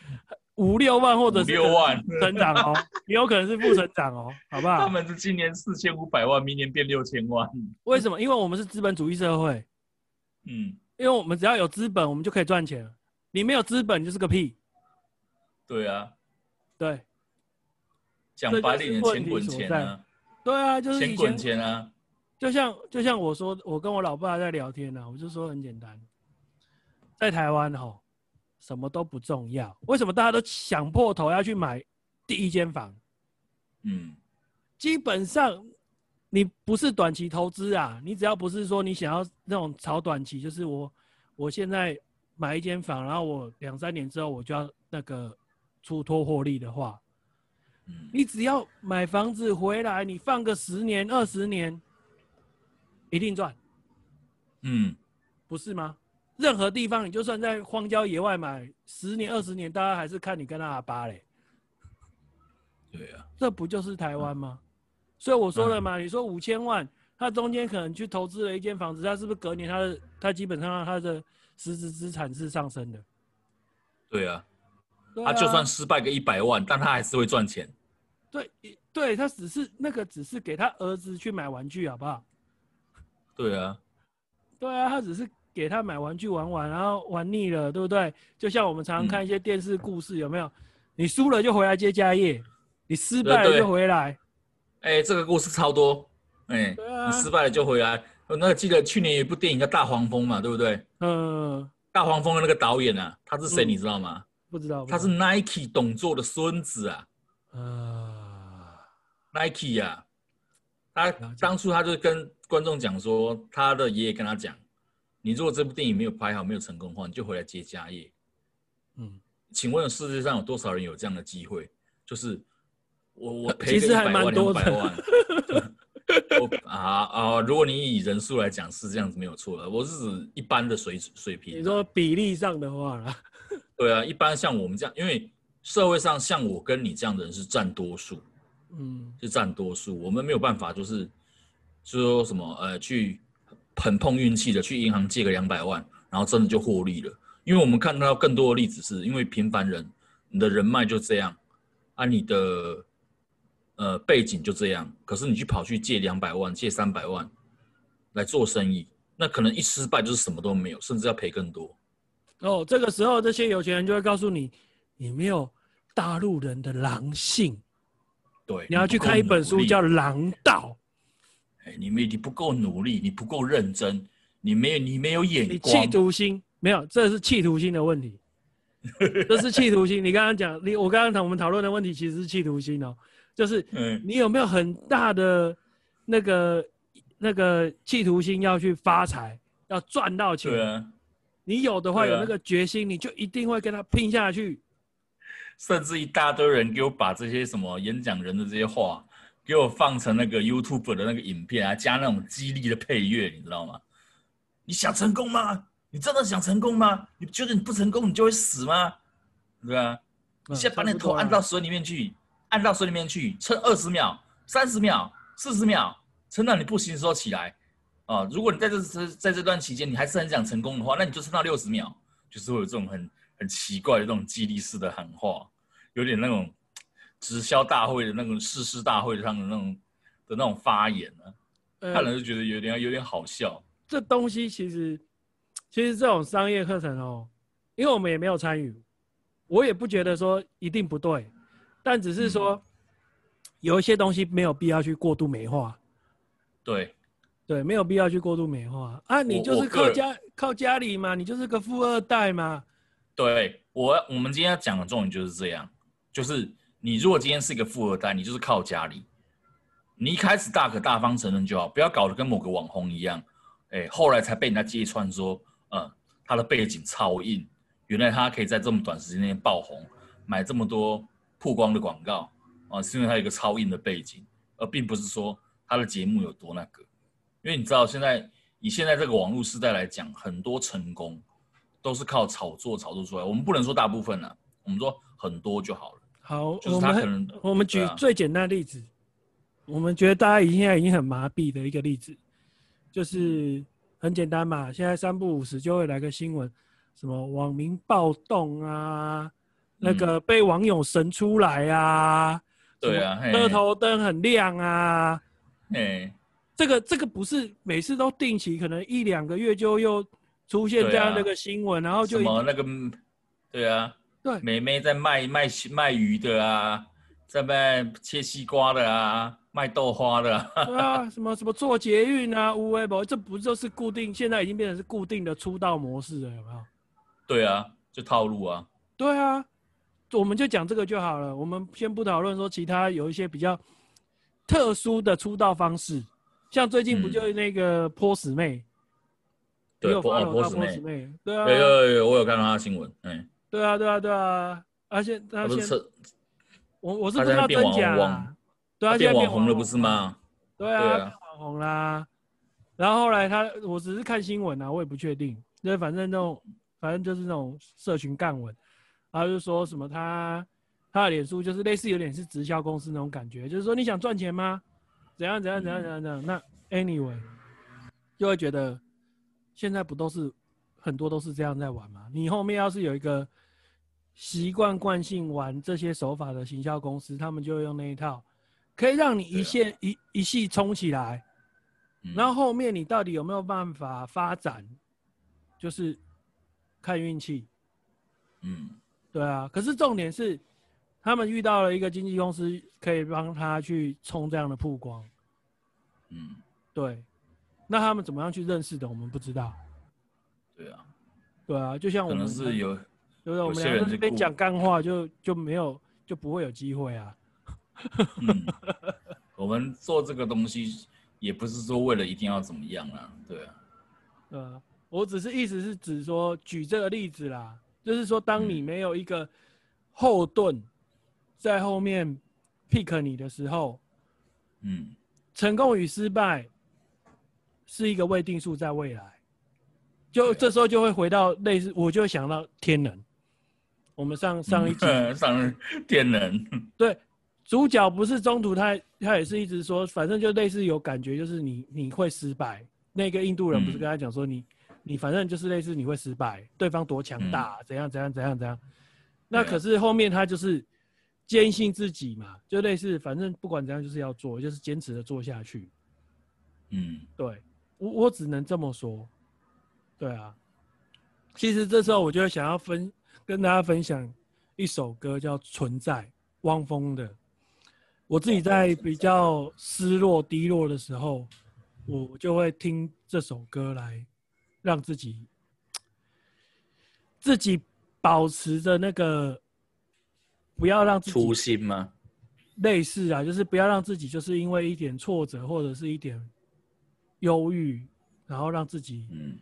5-6万，或者是 5-6万成长哦，也有可能是负成长哦，好不好？ 他们是今年4500万，明年变6000万。 为什么？因为我们是资本主义社会。因为我们只要有资本，我们就可以赚钱。你没有资本，就是个屁。 对啊， 对， 讲白点，钱滚钱啊。 对啊，就是钱滚钱啊。 就像我说，我跟我老爸在聊天我就说很简单，在台湾什么都不重要。为什么大家都想破头要去买第一间房？基本上你不是短期投资啊，你只要不是说你想要那种炒短期，就是我现在买一间房，然后我2-3年之后我就要那个出脱获利的话，你只要买房子回来，你放个10年、20年，一定赚。不是吗？任何地方，你就算在荒郊野外买，10年、20年，大家还是看你跟他阿爸嘞。 对啊， 这不就是台湾吗？所以我说了嘛，你说5000万，他中间可能去投资了一间房子，他是不是隔年他基本上他的实质资产是上升的？ 对啊，他就算失败个100万，但他还是会赚钱。 对，他只是给他儿子去买玩具，好不好？ 对啊， 他只是给他买玩具玩，然后玩腻了，对不对？就像我们常常看一些电视故事，有没有？你输了就回来接家业，你失败了就回来。 这个故事超多。你失败了就回来。那记得去年有一部电影叫《大黄蜂》嘛，对不对？大黄蜂的那个导演啊，他是谁你知道吗？ 不知道。 他是 Nike 董座的孙子啊。Nike 啊，他当初他就跟观众讲说，他的爷爷跟他讲，你如果这部电影没有拍好，没有成功的话，你就回来接家业。请问世界上有多少人有这样的机会？就是我赔个100万、200万。如果你以人数来讲是这样子没有错的，我是指一般的水平。 你说比例上的话啦， 对啊，一般像我们这样，因为社会上像我跟你这样的人是占多数，是占多数，我们没有办法就是说什么去很碰运气的去银行借个200万，然后真的就获利了。因为我们看到更多的例子是因为平凡人，你的人脉就这样你的背景就这样，可是你跑去借200万、借300万来做生意，那可能一失败就是什么都没有，甚至要赔更多。 这个时候这些有钱人就会告诉你，你没有大陆人的狼性。 对， 你要去看一本书叫《狼道》。 你不够努力，你不够认真，你没有眼光， 你企图心没有，这是企图心的问题。这是企图心。你刚刚讲，我们讨论的问题其实是企图心就是你有没有很大的那个企图心要去发财，要赚到钱。 对啊， 你有的话有那个决心，你就一定会跟他拼下去。 甚至一大堆人给我把这些什么演讲人的这些话给我放成那个 YouTube 的那个影片加那种激励的配乐，你知道吗？你想成功吗？你真的想成功吗？你觉得你不成功你就会死吗？对吧？你现在把你的头按到水里面去，撑20秒、30秒、40秒，撑到你不行的时候起来。如果你在这段期间你还是很想成功的话，那你就撑到60秒，就是会有这种很奇怪的这种激励式的喊话，有点那种直销大会的那种誓师大会上的那种发言看了就觉得有点好笑。 这东西其实这种商业课程因为我们也没有参与，我也不觉得说一定不对，但只是说有一些东西没有必要去过度美化。对，没有必要去过度美化你就是靠家里嘛，你就是个富二代嘛。 对，我们今天要讲的重点就是这样，就是你如果今天是一个富二代，你就是靠家里，你一开始大可大方承认就好，不要搞得跟某个网红一样，后来才被人家揭穿说，他的背景超硬，原来他可以在这么短时间内爆红，买这么多曝光的广告是因为他有一个超硬的背景，而并不是说他的节目有多那个。因为你知道以现在这个网络时代来讲，很多成功都是靠炒作出来。我们不能说大部分我们说很多就好了。 好， 就是他可能我们举最简单的例子，我们觉得大家现在已经很麻痹的一个例子，就是很简单嘛，现在3不5时就会来个新闻，什么网民暴动啊，那个被网友神出来啊， 对啊， 车头灯很亮啊， 嘿， 这个不是每次都定期，可能1、2个月就又出现这样的一个新闻，然后就什么那个，对啊， 对， 妹妹在卖鱼的啊，在卖切西瓜的啊，卖豆花的啊， 对啊，什么坐捷运啊，无为不，这不就是固定？现在已经变成是固定的出道模式了，有没有？ 对啊，就套路啊。 对啊，我们就讲这个就好了。我们先不讨论说其他有一些比较特殊的出道方式，像最近不就那个波斯妹， 对， 波斯妹，对啊， 有，我有看到他的新闻， 对啊，而且他现在我是不知道真假啦，对啊， 变网红了不是吗？ 对啊，变网红啦。然后后来我只是看新闻啊，我也不确定，就是反正就是那种社群干文，然后就说什么他的脸书就是类似有点是直销公司那种感觉，就是说你想赚钱吗？怎样。那 anyway 就会觉得现在不都是很多都是这样在玩吗？你后面要是有一个习惯性玩这些手法的行销公司，他们就会用那一套，可以让你一系冲起来。然后后面你到底有没有办法发展，就是看运气。对啊。可是重点是，他们遇到了一个经纪公司，可以帮他去冲这样的曝光。对。那他们怎么样去认识的，我们不知道。对啊，就像我们可能是有， 对不对？我们两个在这边讲干话就不会有机会啊。 我们做这个东西。也不是说为了一定要怎么样啊，对啊， 我只是意思是指说举这个例子啦，就是说当你没有一个后盾在后面 pick 你的时候，成功与失败是一个未定数在未来，就这时候就会回到类似，我就会想到天能，我们上一集上天能， 对。主角不是中途他也是一直说，反正就类似有感觉，就是你会失败。那个印度人不是跟他讲说你反正就是类似你会失败，对方多强大，怎样。那可是后面他就是坚信自己嘛，就类似反正不管怎样就是要做，就是坚持的做下去。对，我只能这么说。对啊，其实这时候我就想要跟大家分享一首歌，叫《存在》，汪峰的。我自己在比较失落、低落的时候，我就会听这首歌来让自己保持着那个，不要让自己初心吗？ 类似啊，就是不要让自己就是因为一点挫折或者是一点忧郁，然后让自己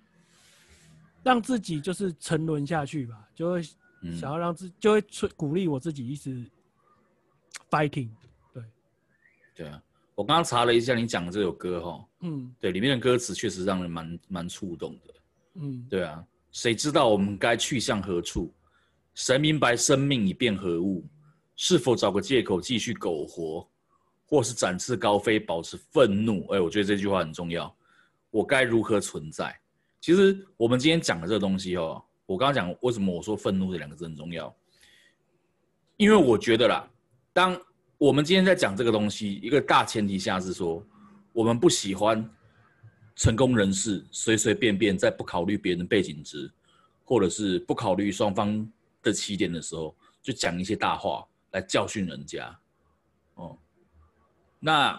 就是沉沦下去吧，就会想要就会鼓励我自己一直 fighting。 对啊，我刚刚查了一下你讲的这首歌哈，对，里面的歌词确实让人蛮触动的，对啊，谁知道我们该去向何处？谁明白生命已变何物？是否找个借口继续苟活，或是展翅高飞，保持愤怒？我觉得这句话很重要。我该如何存在？其实我们今天讲的这个东西哦，我刚刚讲为什么我说愤怒这2个字很重要，因为我觉得啦，当我们今天在讲这个东西，一个大前提下是说，我们不喜欢成功人士随随便便在不考虑别人背景值，或者是不考虑双方的起点的时候，就讲一些大话来教训人家。那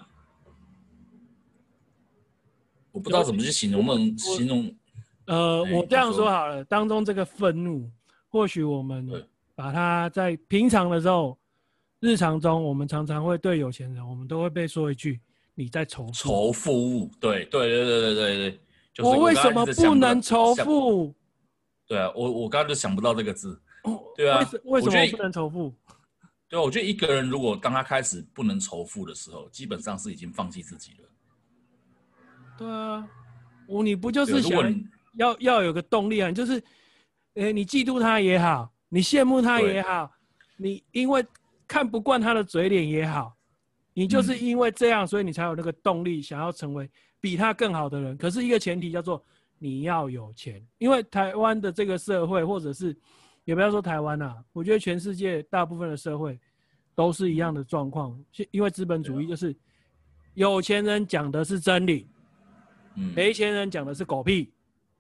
我不知道怎么去形容。 我这样说好了，当中这个愤怒，或许我们把它在平常的时候。日常中，我们常常会对有钱人，我们都会被说一句：“你在仇富。” 仇富，对，就是我为什么不能仇富？ 对啊，我刚刚就想不到这个字。对啊， 为什么不能仇富？ 对啊，我觉得一个人如果当他开始不能仇富的时候，基本上是已经放弃自己了。 对啊，你不就是想要有个动力啊？就是，你嫉妒他也好，你羡慕他也好，你因为看不惯他的嘴脸也好，你就是因为这样，所以你才有那个动力想要成为比他更好的人。可是一个前提叫做你要有钱，因为台湾的这个社会，或者是也不要说台湾啊，我觉得全世界大部分的社会都是一样的状况，因为资本主义就是有钱人讲的是真理，没钱人讲的是狗屁，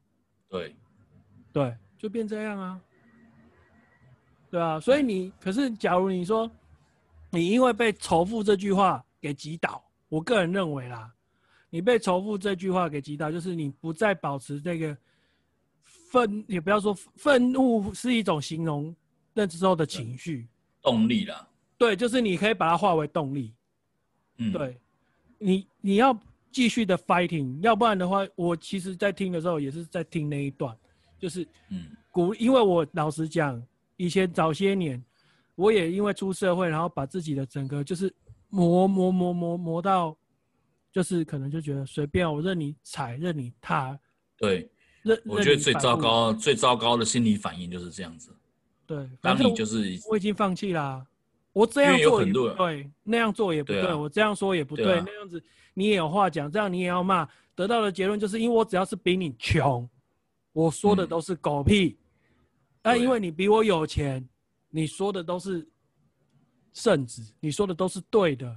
对，就变这样啊，对啊，所以可是假如你说你因为被仇富这句话给击倒，我个人认为啦。你被仇富这句话给击倒，就是你不再保持这个也不要说愤怒是一种形容那时候的情绪， 动力啦。 对，就是你可以把它化为动力。对，你要继续的 fighting， 要不然的话，我其实在听的时候也是在听那一段，就是因为我老实讲，以前早些年，我也因为出社会，然后把自己的整个就是磨到。就是可能就觉得随便我任你踩任你踏， 对，我觉得最糟糕的心理反应就是这样子。 对， 当你就是我已经放弃啦，我这样做也不对，那样做也不对，我这样说也不对，那样子你也有话讲，这样你也要骂，得到的结论就是因为我只要是比你穷，我说的都是狗屁，但因为你比我有钱，你说的都是圣旨，你说的都是对的，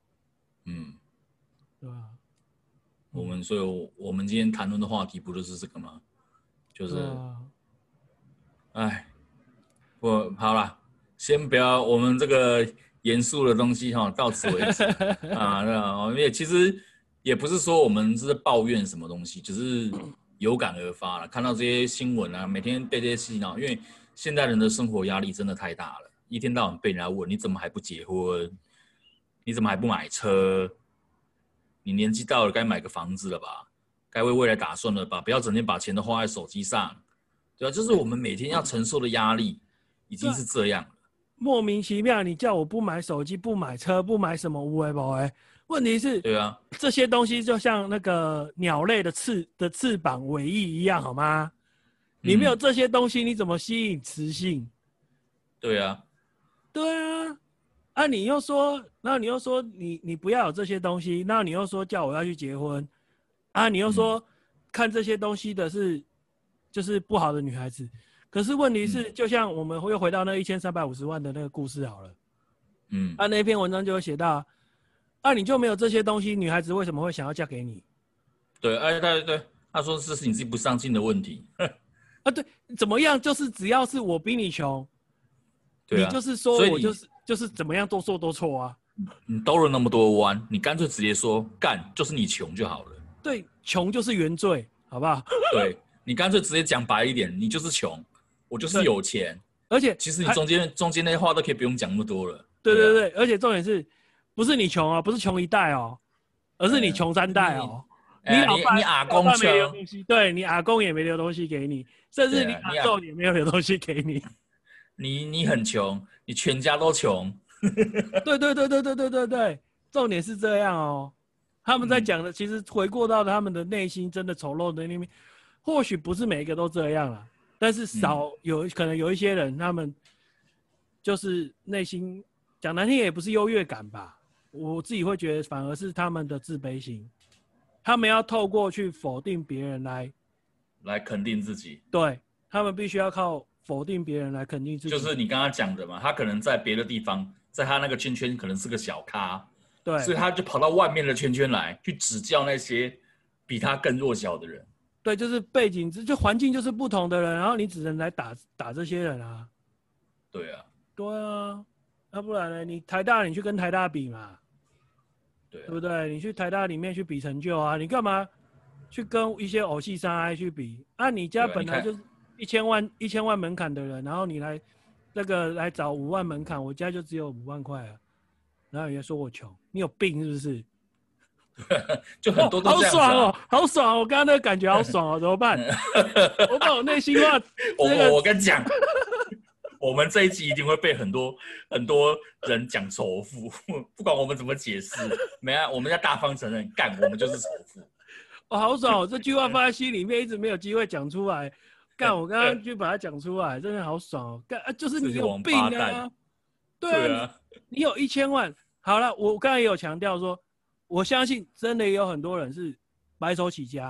对吧？ 所以我们今天谈论的话题不就是这个吗？就是，好啦，先不要我们这个严肃的东西到此为止啊。因为其实也不是说我们是抱怨什么东西，只是有感而发了。看到这些新闻啊，每天被这些洗脑，因为现代人的生活压力真的太大了，一天到晚被人家问你怎么还不结婚，你怎么还不买车？你年纪到了，该买个房子了吧？该为未来打算了吧？不要整天把钱都花在手机上，对啊，就是我们每天要承受的压力已经是这样了。 莫名其妙，你叫我不买手机、不买车、不买什么无为不为，问题是， 对啊， 这些东西就像那个鸟类的翅膀、尾翼一样，好吗？你没有这些东西，你怎么吸引雌性？ 对啊， 对啊。你又说，然后你又说你不要有这些东西，然后你又说叫我要去结婚，你又说看这些东西的就是不好的女孩子，可是问题是，就像我们又回到那1350万的那个故事好了，那篇文章就有写到，你就没有这些东西，女孩子为什么会想要嫁给你？ 对，对，他说这是你自己不上进的问题。 对，怎么样？就是只要是我比你穷，你就是说我就是怎么样都说都错啊！ 你兜了那么多弯，你干脆直接说干，就是你穷就好了。 对，穷就是原罪，好不好？ 对，你干脆直接讲白一点，你就是穷，我就是有钱。 而且其实你中间那些话都可以不用讲那么多了。 对，而且重点是，不是你穷啊，不是穷一代哦，而是你穷3代哦。你阿公没留东西，对你阿公也没留东西给你，甚至你阿祖也没有留东西给你。 你很穷，你全家都穷。 对，重点是这样哦。他们在讲的，其实回过到他们的内心真的丑陋的那面，或许不是每一个都这样啦，但是可能有一些人，他们就是内心讲难听也不是优越感吧，我自己会觉得反而是他们的自卑心，他们要透过去否定别人来肯定自己， 对，他们必须要靠否定别人来肯定自己。 就是你刚刚讲的嘛，他可能在别的地方，在他那个圈圈可能是个小咖， 对， 所以他就跑到外面的圈圈来去指教那些比他更弱小的人。 对，就是背景就环境就是不同的人，然后你只能来打这些人啊。 对啊， 要不然呢？你台大你去跟台大比嘛， 对不对？你去台大里面去比成就啊，你干嘛去跟一些偶系3I 去比？你家本来就是1000万门槛的人，然后你来找5万门槛，我家就只有5万块啊，然后人家说我穷，你有病是不是？ 就很多都这样子、 好爽哦，好爽！我刚刚那个感觉好爽哦，怎么办？我把我内心话， 我跟你讲，我们这一集一定会被很多人讲仇富，不管我们怎么解释，我们要大方承认，干我们就是仇富。 好爽哦！这句话放在心里面，一直没有机会讲出来。干，我刚刚就把它讲出来，真的好爽哦！干就是你有病啊！对啊，你有1000万，好了，我刚才也有强调说。我相信真的也有很多人是白手起家，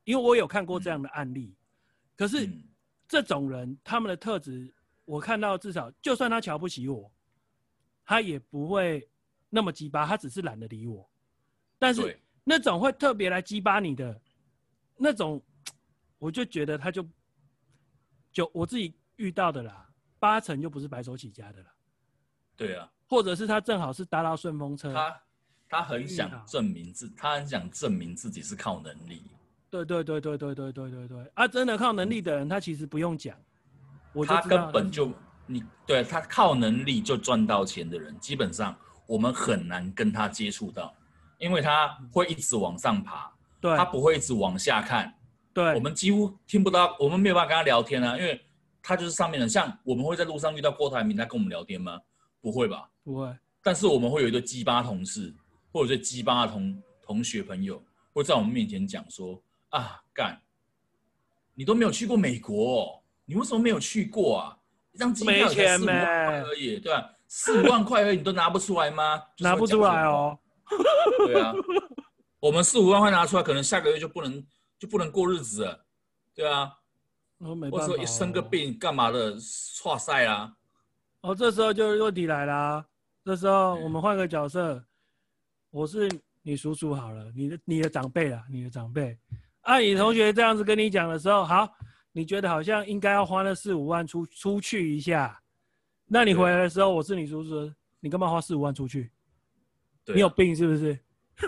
因为我有看过这样的案例。可是这种人他们的特质，我看到至少就算他瞧不起我，他也不会那么鸡巴，他只是懒得理我。但是那种会特别来鸡巴你的那种，我就觉得他就我自己遇到的啦，80%就不是白手起家的啦。 对啊， 或者是他正好是搭到顺风车， 他很想证明自己是靠能力。 对啊，真的靠能力的人，他其实不用讲， 他根本就对他靠能力就赚到钱的人，基本上我们很难跟他接触到，因为他会一直往上爬，他不会一直往下看。 对， 我们几乎听不到，我们没有办法跟他聊天啊，因为他就是上面的。像我们会在路上遇到郭台铭，他跟我们聊天吗？不会吧？ 不会。 但是我们会有一堆鸡巴同事，或者是鸡巴的同学朋友，会在我们面前讲说：啊，干，你都没有去过美国哦，你为什么没有去过啊？一张机票才4-5万块而已，对吧？4-5万块而已，你都拿不出来吗？ 拿不出来哦。 对啊，我们4-5万块拿出来，可能下个月就不能过日子了，对啊。或者说一生个病干嘛的，挫赛啊。 哦，这时候就问题来啦。这时候我们换个角色，我是你叔叔好了，你的长辈啦，你的长辈。啊，你同学这样子跟你讲的时候，好，你觉得好像应该要花那4-5万出去一下。那你回来的时候，我是你叔叔，你干嘛花4-5万出去？ 对啊， 你有病是不是？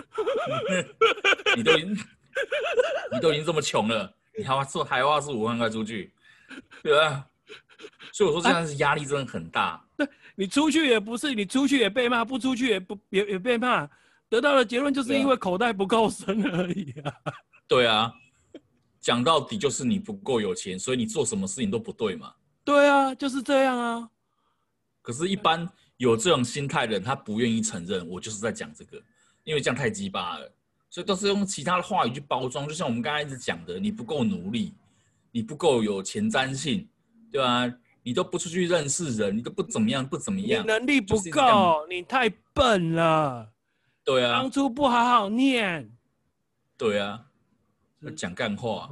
你都已经这么穷了，你还花4-5万块出去，对啊。所以我说这样子压力真的很大。 对，你出去也不是，你出去也被骂，不出去也被骂，得到的结论就是因为口袋不够深而已啊。 对啊，讲到底就是你不够有钱，所以你做什么事情都不对嘛。 对啊，就是这样啊。 可是，一般有这种心态的人，他不愿意承认我就是在讲这个，因为这样太鸡巴了，所以都是用其他的话语去包装。就像我们刚才一直讲的，你不够努力，你不够有前瞻性，对吧？你都不出去认识人，你都不怎么样，你能力不够，你太笨了。 对啊， 当初不好好念。 对啊，讲干话。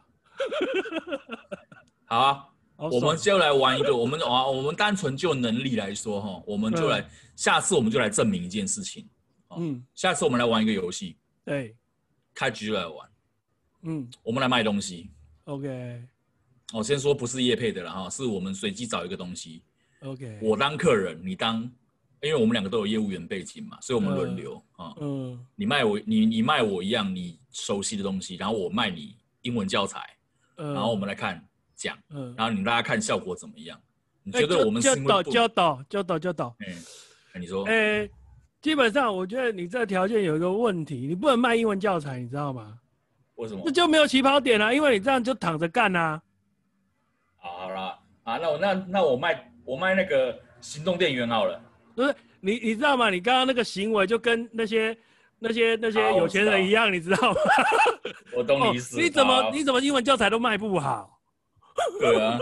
好啊，我们就来玩一个，我们单纯就能力来说哈，我们就来，下次我们就来证明一件事情。下次我们来玩一个游戏。 对， 开局来玩。我们来卖东西。 OK。 我先说不是业配的啦哈，是我们随机找一个东西。 OK。 我当客人，你当，因为我们两个都有业务员背景嘛，所以我们轮流啊。你卖我一样你熟悉的东西，然后我卖你英文教材，然后我们来看讲，然后你大家看效果怎么样？你觉得我们是因为教导？ 你说？ 基本上我觉得你这条件有一个问题，你不能卖英文教材，你知道吗？ 为什么？ 这就没有起跑点啊，因为你这样就躺着干啊。 好啦，那我卖那个行动电源好了。 不是你知道吗？你刚刚那个行为就跟那些有钱人一样，你知道吗？ 我懂你意思。 你怎么英文教材都卖不好？ 对啊，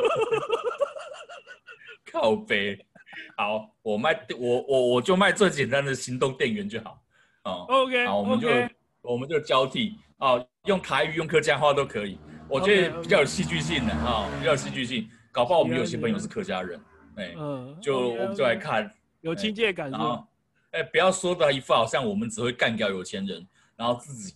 靠北。好，我就卖最简单的行动电源就好。 OK。 好，我们就交替用台语用客家话都可以。我觉得比较有戏剧性的比较有戏剧性，搞不好我们有些朋友是客家人，我们就来看， 有亲切感是吧？ 不要说的一副好像我们只会干掉有钱人，然后自己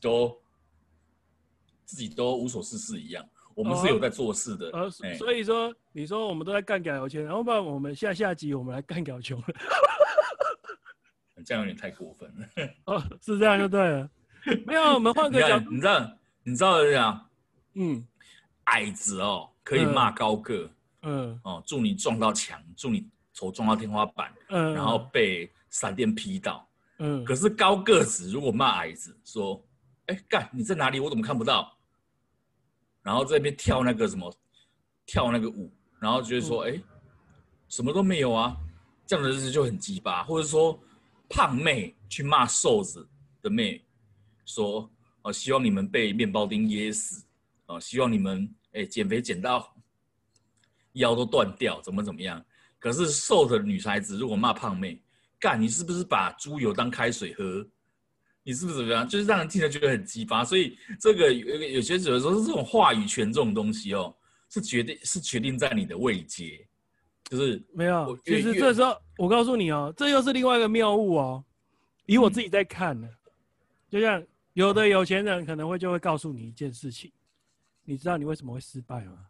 都无所事事一样。我们是有在做事的。 所以说你说我们都在干掉有钱人，然后不然我们下集我们来干掉穷人。 这样有点太过分了。 是这样就对了。没有，我们换个角度。 你知道这样？矮子可以骂高个，祝你撞到墙，祝你头撞到天花板，然后被闪电劈到，可是高个子如果骂矮子说，干你在哪里？我怎么看不到？然后这边跳那个舞，然后就会说，什么都没有啊，这样的日子就很鸡巴，或者说胖妹去骂瘦子的妹，说希望你们被面包丁噎死。希望你们减肥减到腰都断掉，怎么样？可是瘦的女孩子如果骂胖妹，干你是不是把猪油当开水喝？ 你是不是怎么样？就是让人听了觉得很激发。所以这个有些有的时候是这种话语权这种东西哦，是决定在你的位阶，就是没有。其实这时候我告诉你哦，这又是另外一个谬误哦。以我自己在看呢，就像有的有钱人可能就会告诉你一件事情，你知道你为什么会失败吗？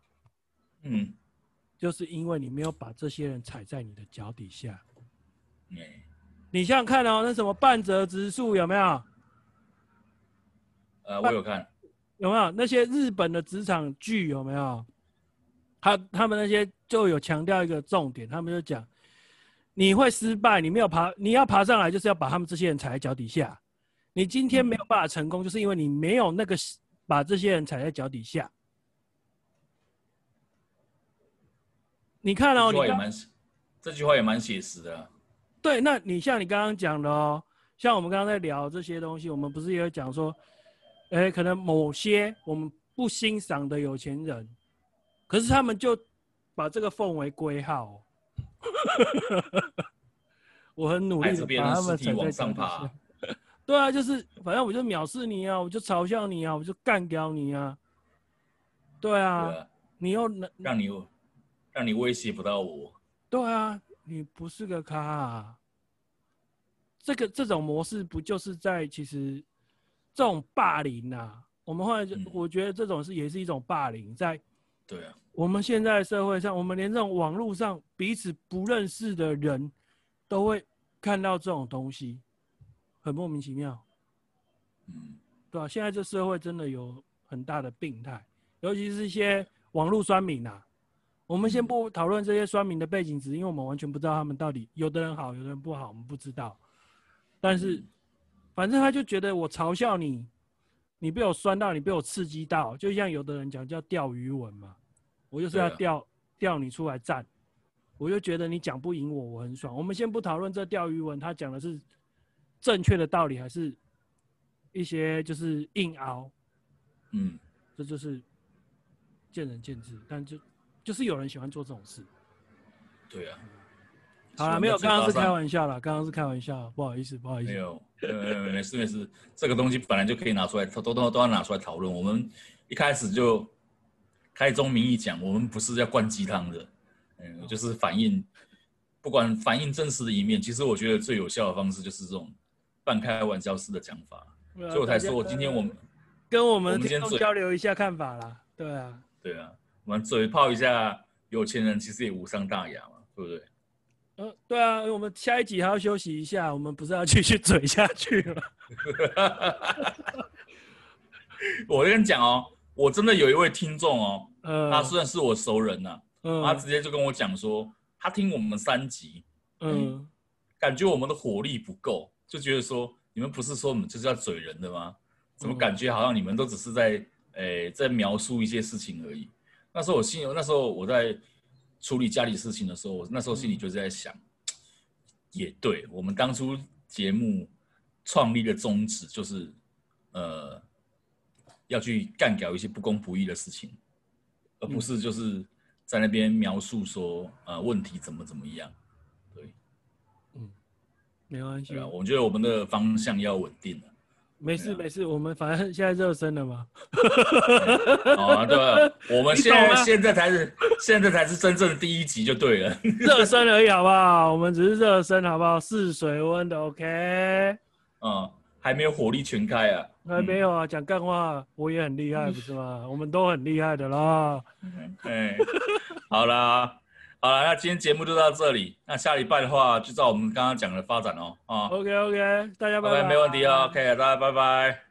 就是因为你没有把这些人踩在你的脚底下。你想想看哦，那什么半泽直树有没有？ 我有看， 有没有那些日本的职场剧有没有？他们那些就有强调一个重点，他们就讲你会失败，你没有你要爬上来，就是要把他们这些人踩在脚底下。你今天没有办法成功，就是因为你没有那个把这些人踩在脚底下。你看哦， 这句话也蛮写实的啊。 对，那你像你刚刚讲的哦，像我们刚刚在聊这些东西，我们不是也有讲说，可能某些我们不欣赏的有钱人，可是他们就把这个奉为圭臬。我很努力的把他们踩在脚底下。对啊，就是反正我就藐视你啊，我就嘲笑你啊，我就干掉你啊。对啊，你又让你威胁不到我。 对啊，你不是个咖啊。这种模式不就是在其实这种霸凌啊？我们后来我觉得这种也是一种霸凌，在对啊， 我们现在社会上，我们连这种网络上彼此不认识的人都会看到这种东西，很莫名其妙。对啊，现在这社会真的有很大的病态，尤其是一些网络酸民啊。我们先不讨论这些酸民的背景值，因为我们完全不知道他们到底有的人好，有的人不好，我们不知道。但是，反正他就觉得我嘲笑你，你被我酸到，你被我刺激到，就像有的人讲叫钓鱼文嘛，我就是要钓你出来战，我就觉得你讲不赢我，我很爽。我们先不讨论这钓鱼文他讲的是正确的道理，还是一些就是硬凹，这就是见仁见智，但就是有人喜欢做这种事。 对啊。 好了，没有，刚刚是开玩笑啦，刚刚是开玩笑，不好意思。 没有，没事，这个东西本来就可以拿出来，都要拿出来讨论。我们一开始就开宗明义讲，我们不是要灌鸡汤的，就是不管反映真实的一面。其实我觉得最有效的方式就是这种半开玩笑式的讲法，所以我才说，今天我们跟我们听众交流一下看法啦。对啊， 我们嘴炮一下有钱人，其实也无伤大雅嘛，对不对？ 对啊，我们下一集还要休息一下，我们不是要继续嘴下去了。 我跟你讲哦，我真的有一位听众哦，他虽然是我熟人呐，他直接就跟我讲说，他听我们3集，感觉我们的火力不够，就觉得说你们不是说我们就是要嘴人的吗？怎么感觉好像你们都只是在描述一些事情而已？那时候我在处理家里事情的时候，我那时候心里就是在想，也对，我们当初节目创立的宗旨就是，要去干掉一些不公不义的事情，而不是就是在那边描述说，问题怎么样，对， 没关系。 我觉得我们的方向要稳定了。 没事，我们反正现在热身了嘛。 对，我们现在才是真正的第1集就对了。 热身而已，好不好？我们只是热身，好不好？试水温的 ，OK。 还没有火力全开啊。 还没有啊，讲干话我也很厉害，不是吗？我们都很厉害的啦。 好啦，那今天节目就到这里。那下礼拜的话，就照我们刚刚讲的发展哦。 OK， 大家拜拜。 没问题哦。OK， 大家拜拜。